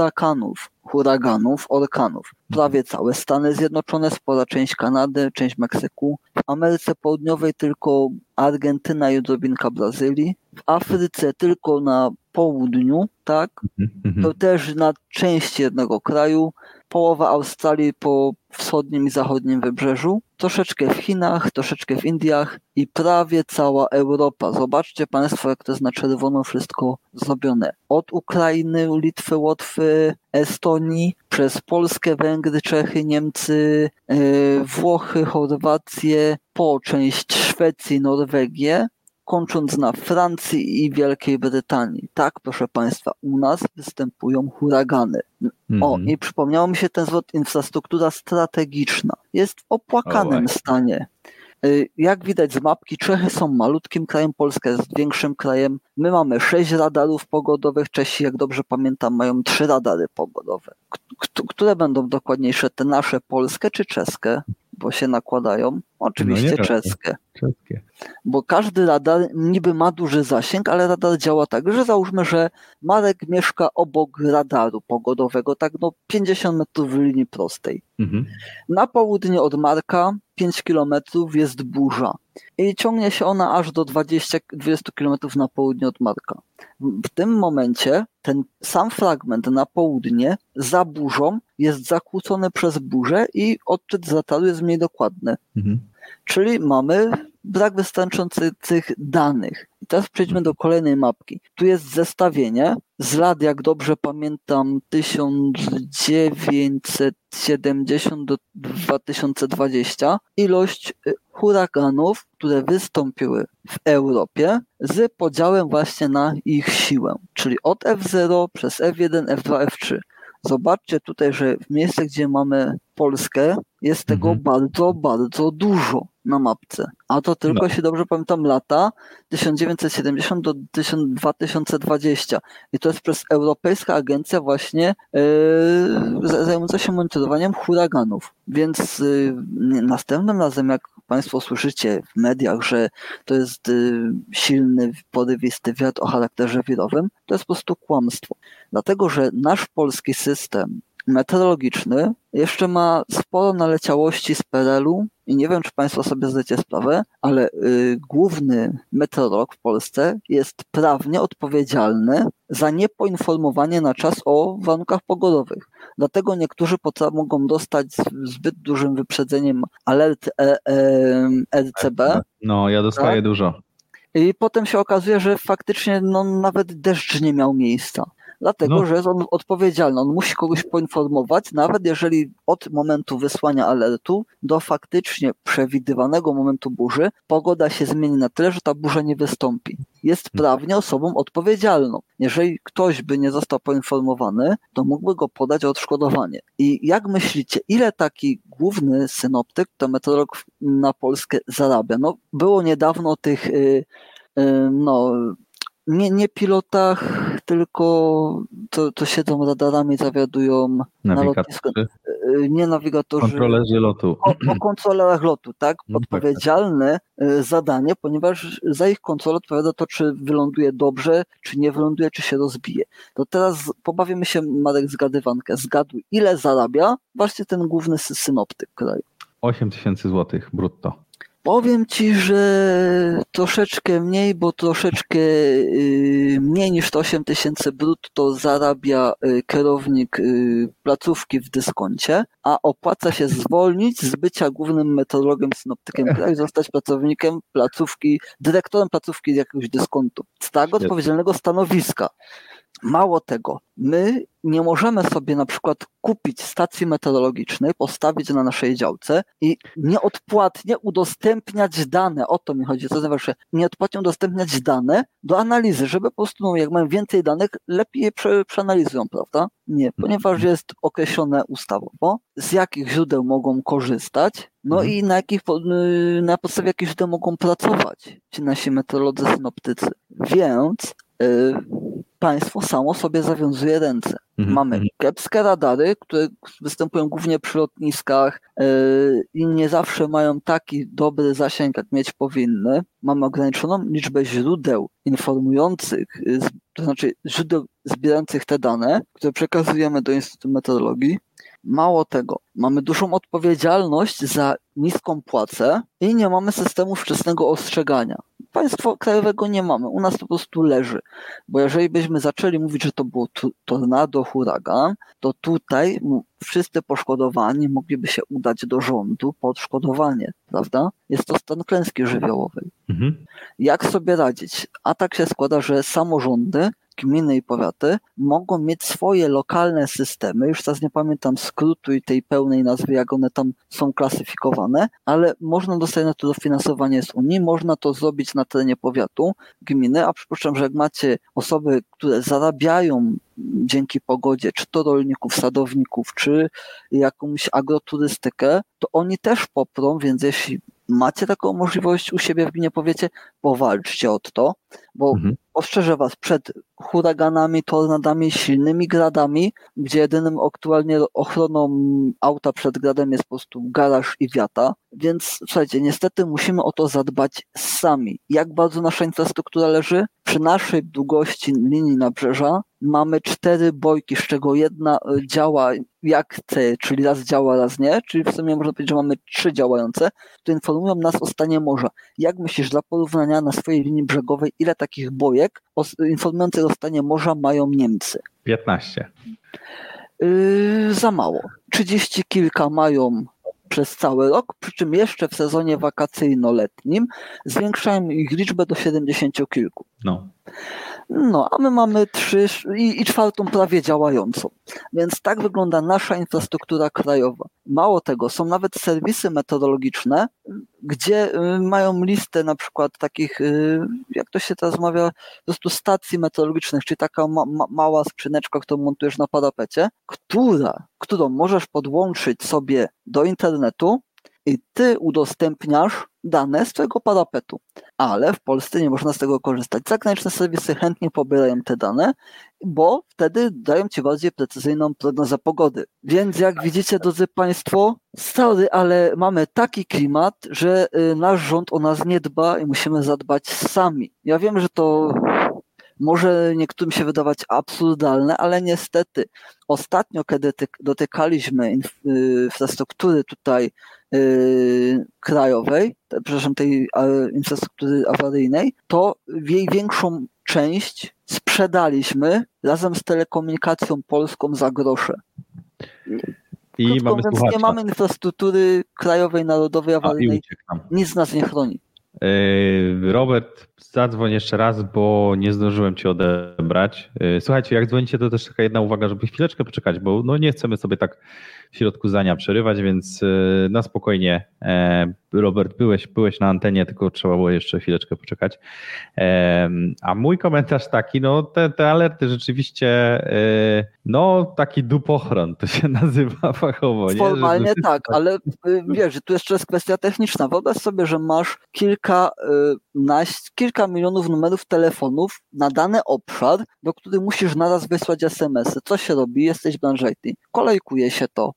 huraganów, orkanów. Prawie całe Stany Zjednoczone, spora część Kanady, część Meksyku. W Ameryce Południowej tylko Argentyna i odrobinka Brazylii. W Afryce tylko na południu, tak? To też na części jednego kraju. Połowa Australii po wschodnim i zachodnim wybrzeżu. Troszeczkę w Chinach, troszeczkę w Indiach i prawie cała Europa. Zobaczcie Państwo, jak to jest na czerwono wszystko zrobione. Od Ukrainy, Litwy, Łotwy, Estonii, przez Polskę, Węgry, Czechy, Niemcy, Włochy, Chorwację, po część Szwecji, Norwegię, kończąc na Francji i Wielkiej Brytanii. Tak, proszę Państwa, u nas występują huragany. I przypomniało mi się ten zwrot infrastruktura strategiczna. Jest w opłakanym stanie. Jak widać z mapki, Czechy są malutkim krajem, Polska jest większym krajem. My mamy 6 radarów pogodowych, Czesi, jak dobrze pamiętam, mają 3 radary pogodowe. Które będą dokładniejsze, te nasze polskie czy czeskie? Bo się nakładają. Oczywiście No nie, czeskie. Czeskie. Bo każdy radar niby ma duży zasięg, ale radar działa tak, że załóżmy, że Marek mieszka obok radaru pogodowego, tak 50 metrów w linii prostej. Na południe od Marka 5 kilometrów jest burza i ciągnie się ona aż do 20 kilometrów na południe od Marka. W tym momencie ten sam fragment na południe za burzą jest zakłócony przez burzę i odczyt z radaru jest mniej dokładny. Czyli mamy brak wystarczających danych. I teraz przejdźmy do kolejnej mapki. Tu jest zestawienie z lat, jak dobrze pamiętam, 1970 do 2020. Ilość huraganów, które wystąpiły w Europie z podziałem właśnie na ich siłę. Czyli od F0 przez F1, F2, F3. Zobaczcie tutaj, że w miejscu, gdzie mamy Polskę, jest tego bardzo, bardzo dużo na mapce. A to tylko, jeśli dobrze pamiętam, lata 1970 do 2020. I to jest przez Europejska Agencja właśnie zajmująca się monitorowaniem huraganów. Więc następnym razem, jak Państwo słyszycie w mediach, że to jest silny, porywisty wiatr o charakterze wirowym, to jest po prostu kłamstwo. Dlatego, że nasz polski system meteorologiczny jeszcze ma sporo naleciałości z PRL-u i nie wiem, czy Państwo sobie zdajecie sprawę, ale główny meteorolog w Polsce jest prawnie odpowiedzialny za niepoinformowanie na czas o warunkach pogodowych. Dlatego niektórzy mogą dostać z zbyt dużym wyprzedzeniem alert RCB. No, ja dostaję dużo. I potem się okazuje, że faktycznie nawet deszcz nie miał miejsca. Dlatego, że jest on odpowiedzialny. On musi kogoś poinformować, nawet jeżeli od momentu wysłania alertu do faktycznie przewidywanego momentu burzy pogoda się zmieni na tyle, że ta burza nie wystąpi. Jest prawnie osobą odpowiedzialną. Jeżeli ktoś by nie został poinformowany, to mógłby go podać o odszkodowanie. I jak myślicie, ile taki główny synoptyk, to meteorolog na Polskę zarabia? Było niedawno tych nie pilotach, tylko to siedzą radarami, zawiadują na lotnisku. Nie nawigatorzy. Kontrolerzy lotu. O kontrolerach lotu, tak? Odpowiedzialne zadanie, ponieważ za ich kontrolę odpowiada to, czy wyląduje dobrze, czy nie wyląduje, czy się rozbije. To teraz pobawimy się, Marek, zgadywankę. Zgaduj, ile zarabia właśnie ten główny synoptyk kraju? 8 000 złotych brutto. Powiem Ci, że troszeczkę mniej, bo troszeczkę mniej niż to 8 000 brutto zarabia kierownik placówki w dyskoncie, a opłaca się zwolnić z bycia głównym meteorologiem, synoptykiem kraju, zostać pracownikiem placówki, dyrektorem placówki jakiegoś dyskontu. Z tak odpowiedzialnego stanowiska. Mało tego, my nie możemy sobie na przykład kupić stacji meteorologicznej, postawić na naszej działce i nieodpłatnie udostępniać dane, o to mi chodzi, to znaczy nieodpłatnie udostępniać dane do analizy, żeby po prostu, jak mamy więcej danych, lepiej je przeanalizują, prawda? Nie, ponieważ jest określone ustawowo, z jakich źródeł mogą korzystać, i na podstawie jakich źródeł mogą pracować ci nasi meteorolodzy, synoptycy. Więc państwo samo sobie zawiązuje ręce. Mamy kiepskie radary, które występują głównie przy lotniskach i nie zawsze mają taki dobry zasięg, jak mieć powinny. Mamy ograniczoną liczbę źródeł informujących, to znaczy źródeł zbierających te dane, które przekazujemy do Instytutu Meteorologii. Mało tego, mamy dużą odpowiedzialność za niską płacę i nie mamy systemu wczesnego ostrzegania. Państwa krajowego nie mamy, u nas to po prostu leży, bo jeżeli byśmy zaczęli mówić, że to było tornado, huragan, to tutaj wszyscy poszkodowani mogliby się udać do rządu po odszkodowanie, prawda? Jest to stan klęski żywiołowej. Jak sobie radzić? A tak się składa, że samorządy, gminy i powiaty mogą mieć swoje lokalne systemy, już teraz nie pamiętam skrótu i tej pełnej nazwy, jak one tam są klasyfikowane, ale można dostać na to dofinansowanie z Unii, można to zrobić na terenie powiatu, gminy, a przypuszczam, że jak macie osoby, które zarabiają dzięki pogodzie, czy to rolników, sadowników, czy jakąś agroturystykę, to oni też poprą, więc jeśli macie taką możliwość u siebie w gminie, powiecie, powalczcie o to, bo ostrzeżę was przed huraganami, tornadami, silnymi gradami, gdzie jedynym aktualnie ochroną auta przed gradem jest po prostu garaż i wiata. Więc słuchajcie, niestety musimy o to zadbać sami. Jak bardzo nasza infrastruktura leży? Przy naszej długości linii nabrzeża mamy 4 bojki, z czego jedna działa jak chce, czyli raz działa, raz nie, czyli w sumie można powiedzieć, że mamy 3 działające, które informują nas o stanie morza. Jak myślisz, dla porównania na swojej linii brzegowej, ile takich bojek informujących o stanie morza mają Niemcy? 15. Za mało. 30 kilka mają przez cały rok, przy czym jeszcze w sezonie wakacyjno-letnim zwiększają ich liczbę do 70 kilku. No, a my mamy 3 i 4 prawie działającą. Więc tak wygląda nasza infrastruktura krajowa. Mało tego, są nawet serwisy meteorologiczne, gdzie mają listę na przykład takich, jak to się teraz mawia, po prostu stacji meteorologicznych, czyli taka mała skrzyneczka, którą montujesz na parapecie, którą możesz podłączyć sobie do internetu i ty udostępniasz dane z twojego parapetu. Ale w Polsce nie można z tego korzystać. Zagraniczne serwisy chętnie pobierają te dane, bo wtedy dają ci bardziej precyzyjną prognozę pogody. Więc jak widzicie, drodzy Państwo, sorry, ale mamy taki klimat, że nasz rząd o nas nie dba i musimy zadbać sami. Ja wiem, że to może niektórym się wydawać absurdalne, ale niestety ostatnio, kiedy dotykaliśmy infrastruktury tutaj krajowej, przepraszam, tej infrastruktury awaryjnej, to jej większą część sprzedaliśmy razem z telekomunikacją polską za grosze. I mamy więc nie mamy infrastruktury krajowej, narodowej, awaryjnej. Nic nas nie chroni. Robert, zadzwoń jeszcze raz, bo nie zdążyłem cię odebrać. Słuchajcie, jak dzwonicie, to też taka jedna uwaga, żeby chwileczkę poczekać, bo nie chcemy sobie tak w środku zdania przerywać, więc na spokojnie. Robert, byłeś na antenie, tylko trzeba było jeszcze chwileczkę poczekać. A mój komentarz taki, te alerty rzeczywiście, taki dupochron to się nazywa fachowo. Formalnie tak, ale wiesz, że tu jeszcze jest kwestia techniczna. Wyobraź sobie, że masz kilka milionów numerów telefonów na dany obszar, do których musisz naraz wysłać SMS-y. Co się robi? Jesteś w branży IT. Kolejkuje się to.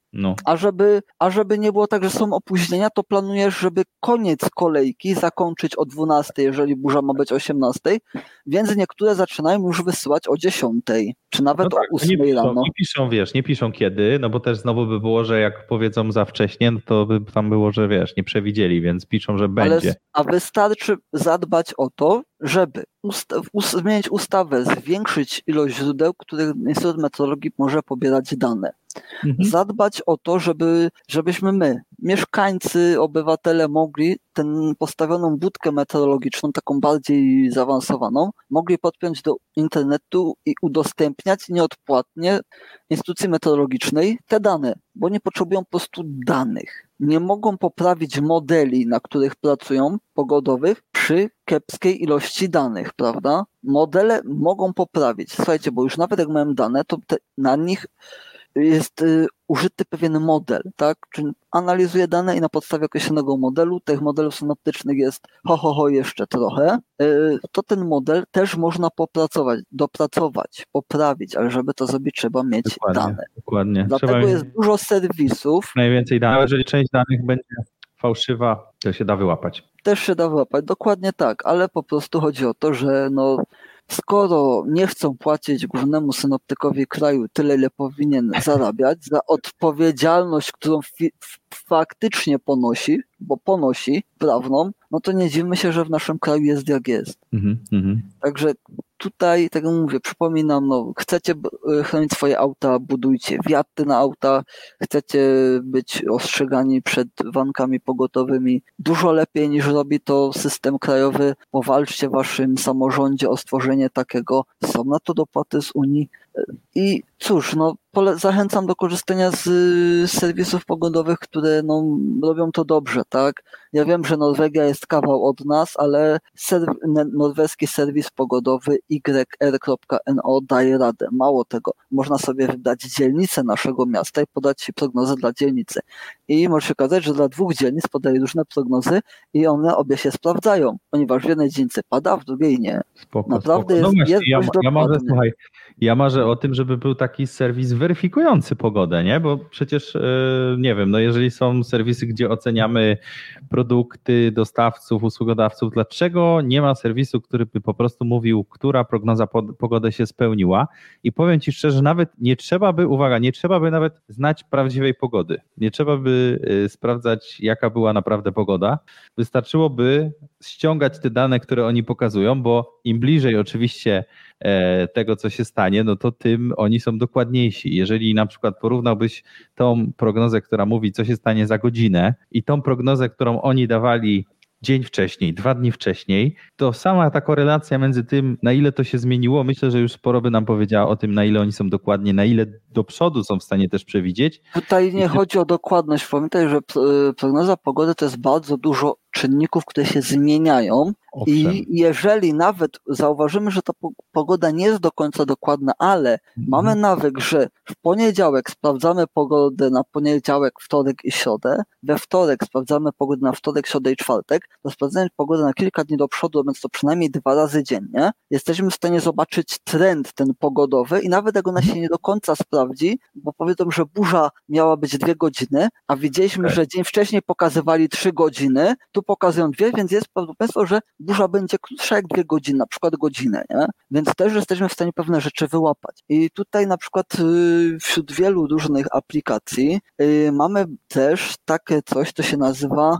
A żeby nie było tak, że są opóźnienia, to planujesz, żeby koniec kolejki zakończyć o 12, jeżeli burza ma być o 18, więc niektóre zaczynają już wysyłać o 10, czy nawet o 8 rano. Nie piszą kiedy, bo też znowu by było, że jak powiedzą za wcześnie, to by tam było, że nie przewidzieli, więc piszą, że będzie. A wystarczy zadbać o to, żeby zmienić ustawę, zwiększyć ilość źródeł, których Instytut Meteorologii może pobierać dane. Zadbać o to, żebyśmy my, mieszkańcy, obywatele mogli tę postawioną budkę meteorologiczną, taką bardziej zaawansowaną, mogli podpiąć do internetu i udostępniać nieodpłatnie instytucji meteorologicznej te dane, bo nie potrzebują po prostu danych. Nie mogą poprawić modeli, na których pracują, pogodowych, przy kiepskiej ilości danych, prawda? Modele mogą poprawić. Słuchajcie, bo już nawet jak mają dane, to na nich jest użyty pewien model, tak? Czyli analizuje dane i na podstawie określonego modelu, tych modelów synoptycznych jest jeszcze trochę, to ten model też można dopracować, poprawić, ale żeby to zrobić, trzeba mieć dane. Dokładnie. Dlatego jest dużo serwisów. Najwięcej danych, jeżeli część danych będzie fałszywa, to się da wyłapać. Też się da wyłapać, dokładnie tak, ale po prostu chodzi o to, że skoro nie chcą płacić głównemu synoptykowi kraju tyle, ile powinien zarabiać za odpowiedzialność, którą faktycznie ponosi, bo ponosi prawną, to nie dziwmy się, że w naszym kraju jest jak jest. Także tutaj, tak jak mówię, przypominam, chcecie chronić swoje auta, budujcie wiaty na auta, chcecie być ostrzegani przed warunkami pogodowymi dużo lepiej niż robi to system krajowy. Powalczcie w waszym samorządzie o stworzenie takiego. Są na to dopłaty z Unii. I cóż, zachęcam do korzystania z serwisów pogodowych, które robią to dobrze, tak? Ja wiem, że Norwegia jest kawał od nas, ale norweski serwis pogodowy yr.no daje radę. Mało tego, można sobie wybrać dzielnicę naszego miasta i podać ci prognozę dla dzielnicy. I może się okazać, że dla 2 dzielnic podaje różne prognozy i one obie się sprawdzają, ponieważ w jednej dzielnicy pada, w drugiej nie. Naprawdę spoko. jest dokładnie. Ja marzę o tym, żeby był taki serwis weryfikujący pogodę, nie? Bo przecież, nie wiem, jeżeli są serwisy, gdzie oceniamy produkty dostawców, usługodawców, dlaczego nie ma serwisu, który by po prostu mówił, która prognoza pogody się spełniła? I powiem ci szczerze, nawet nie trzeba by nawet znać prawdziwej pogody. Nie trzeba by sprawdzać, jaka była naprawdę pogoda. Wystarczyłoby ściągać te dane, które oni pokazują, bo im bliżej oczywiście tego, co się stanie, to tym oni są dokładniejsi. Jeżeli na przykład porównałbyś tą prognozę, która mówi, co się stanie za godzinę i tą prognozę, którą oni dawali dzień wcześniej, 2 dni wcześniej, to sama ta korelacja między tym, na ile to się zmieniło, myślę, że już sporo by nam powiedziała o tym, na ile oni są dokładnie, na ile do przodu są w stanie też przewidzieć. Tutaj nie chodzi o dokładność. Pamiętaj, że prognoza pogody to jest bardzo dużo czynników, które się zmieniają. Owszem. I jeżeli nawet zauważymy, że ta pogoda nie jest do końca dokładna, ale mamy nawyk, że w poniedziałek sprawdzamy pogodę na poniedziałek, wtorek i środę, we wtorek sprawdzamy pogodę na wtorek, środę i czwartek, to sprawdzamy pogodę na kilka dni do przodu, więc to przynajmniej 2 razy dziennie, jesteśmy w stanie zobaczyć trend ten pogodowy i nawet jak ona się nie do końca sprawdzi, bo powiedzą, że burza miała być 2 godziny, a widzieliśmy, że dzień wcześniej pokazywali 3 godziny, tu pokazują 2, więc jest prawdopodobieństwo, że burza będzie krótsza jak 2 godziny, na przykład godzinę, nie? Więc też jesteśmy w stanie pewne rzeczy wyłapać. I tutaj na przykład wśród wielu różnych aplikacji mamy też takie coś, co się nazywa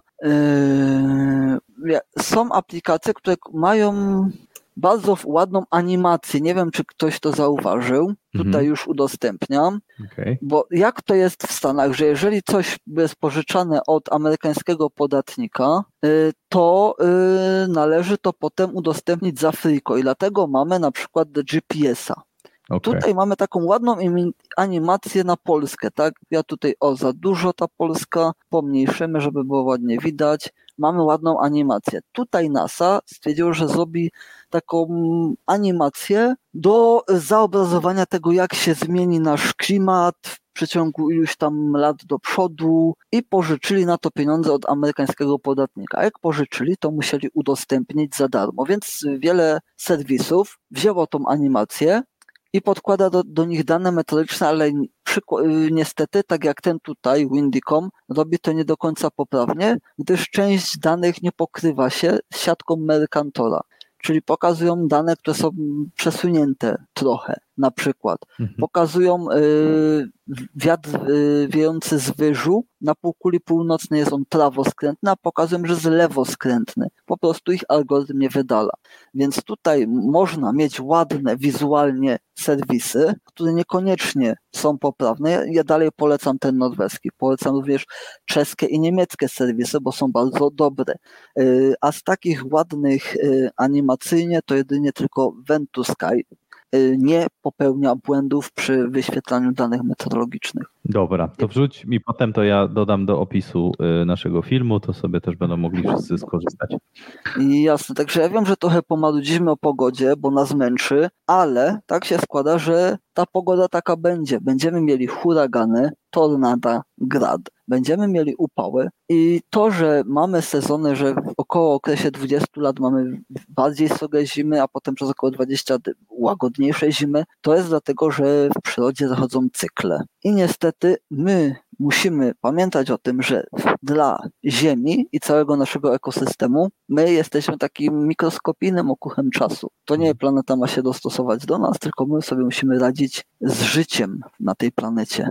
są aplikacje, które mają bardzo ładną animację. Nie wiem, czy ktoś to zauważył. Tutaj już udostępniam. Okay. Bo jak to jest w Stanach, że jeżeli coś jest pożyczane od amerykańskiego podatnika, to należy to potem udostępnić za friko i dlatego mamy na przykład do GPS-a. Okay. Tutaj mamy taką ładną animację na Polskę, tak? Ja tutaj, za dużo ta Polska, pomniejszymy, żeby było ładnie widać. Mamy ładną animację. Tutaj NASA stwierdziło, że zrobi taką animację do zaobrazowania tego, jak się zmieni nasz klimat w przeciągu iluś tam lat do przodu i pożyczyli na to pieniądze od amerykańskiego podatnika. A jak pożyczyli, to musieli udostępnić za darmo, więc wiele serwisów wzięło tą animację i podkłada do nich dane meteorologiczne, ale niestety, tak jak ten tutaj, Windy.com, robi to nie do końca poprawnie, gdyż część danych nie pokrywa się z siatką Mercatora, czyli pokazują dane, które są przesunięte trochę, na przykład. Pokazują wiatr wiejący z wyżu, na półkuli północnej jest on prawoskrętny, a pokazują, że jest lewoskrętny. Po prostu ich algorytm nie wydala. Więc tutaj można mieć ładne wizualnie serwisy, które niekoniecznie są poprawne. Ja dalej polecam ten norweski. Polecam również czeskie i niemieckie serwisy, bo są bardzo dobre. A z takich ładnych animacyjnie to jedynie tylko Ventusky nie popełnia błędów przy wyświetlaniu danych meteorologicznych. Dobra, to wrzuć mi potem, to ja dodam do opisu naszego filmu, to sobie też będą mogli wszyscy skorzystać. Jasne, także ja wiem, że trochę pomarudzimy o pogodzie, bo nas męczy, ale tak się składa, że ta pogoda taka będzie. Będziemy mieli huragany, tornada, grad. Będziemy mieli upały i to, że mamy sezony, że w około okresie 20 lat mamy bardziej srogie zimy, a potem przez około 20 łagodniejsze zimy, to jest dlatego, że w przyrodzie zachodzą cykle. I niestety my musimy pamiętać o tym, że dla Ziemi i całego naszego ekosystemu my jesteśmy takim mikroskopijnym okuchem czasu. To nie planeta ma się dostosować do nas, tylko my sobie musimy radzić z życiem na tej planecie.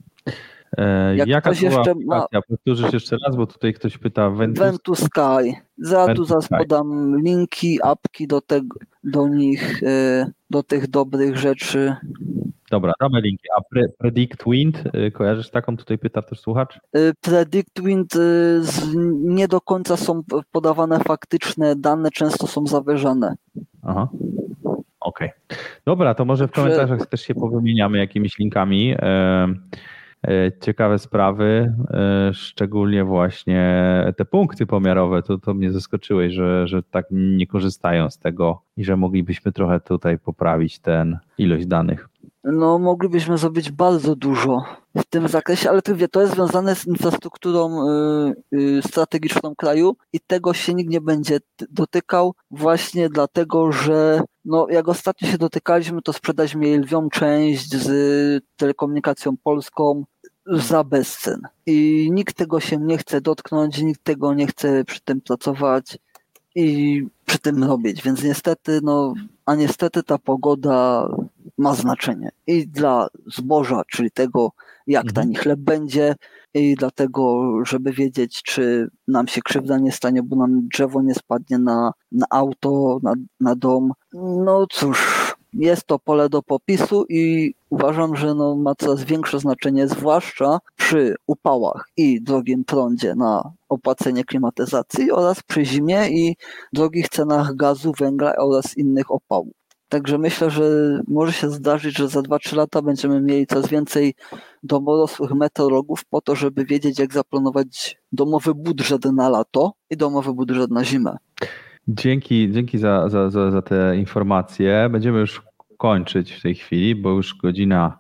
Jaka była aplikacja? Powtórzysz jeszcze raz, bo tutaj ktoś pyta. Ventusky. Zaraz podam linki, apki do nich, do tych dobrych rzeczy. Dobra, damy linki. A Predict Wind, kojarzysz taką? Tutaj pyta też słuchacz. Predict Wind nie do końca są podawane faktyczne dane, często są zawyżane. Aha. Okej. Dobra, to może w komentarzach też się powymieniamy jakimiś linkami. Ciekawe sprawy, szczególnie właśnie te punkty pomiarowe, to mnie zaskoczyłeś, że tak nie korzystają z tego i że moglibyśmy trochę tutaj poprawić tę ilość danych. No, moglibyśmy zrobić bardzo dużo w tym zakresie, ale to jest związane z infrastrukturą strategiczną kraju i tego się nikt nie będzie dotykał właśnie dlatego, że no, jak ostatnio się dotykaliśmy, to sprzedaliśmy jej lwią część z Telekomunikacją Polską za bezcen. I nikt tego się nie chce dotknąć, nikt tego nie chce przy tym pracować i przy tym robić, więc niestety ta pogoda ma znaczenie i dla zboża, czyli tego, jak tani chleb będzie, i dlatego, żeby wiedzieć, czy nam się krzywda nie stanie, bo nam drzewo nie spadnie na auto, na dom. No cóż, jest to pole do popisu i uważam, że ma coraz większe znaczenie, zwłaszcza przy upałach i drogim prądzie na opłacenie klimatyzacji oraz przy zimie i drogich cenach gazu, węgla oraz innych opałów. Także myślę, że może się zdarzyć, że za 2-3 lata będziemy mieli coraz więcej domorosłych meteorologów po to, żeby wiedzieć, jak zaplanować domowy budżet na lato i domowy budżet na zimę. Dzięki za te informacje. Będziemy już kończyć w tej chwili, bo już godzina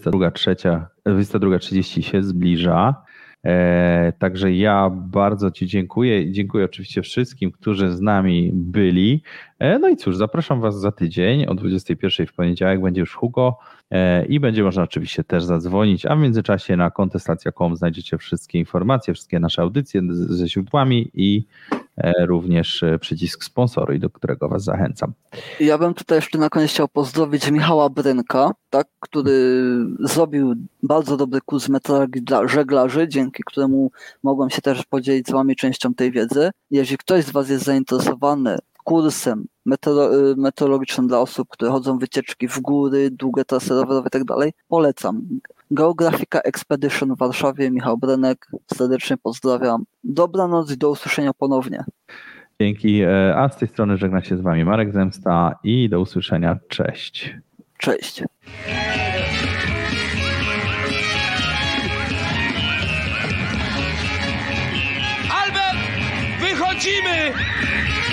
22:30 się zbliża. Także ja bardzo Ci dziękuję i dziękuję oczywiście wszystkim, którzy z nami byli. No i cóż, zapraszam Was za tydzień o 21:00 w poniedziałek będzie już Hugo i będzie można oczywiście też zadzwonić, a w międzyczasie na kontestacja.com znajdziecie wszystkie informacje, wszystkie nasze audycje ze źródłami i również przycisk sponsoruj, do którego Was zachęcam. Ja bym tutaj jeszcze na koniec chciał pozdrowić Michała Brynka, który zrobił bardzo dobry kurs meteorologii dla żeglarzy, dzięki któremu mogłem się też podzielić z Wami częścią tej wiedzy. Jeżeli ktoś z Was jest zainteresowany kursem meteorologicznym dla osób, które chodzą wycieczki w góry, długie trasy rowerowe i tak dalej, polecam. Geographica Expedition w Warszawie, Michał Brynek, serdecznie pozdrawiam. Dobranoc i do usłyszenia ponownie. Dzięki, a z tej strony żegna się z Wami Marek Zemsta i do usłyszenia. Cześć. Cześć. Albert, wychodzimy!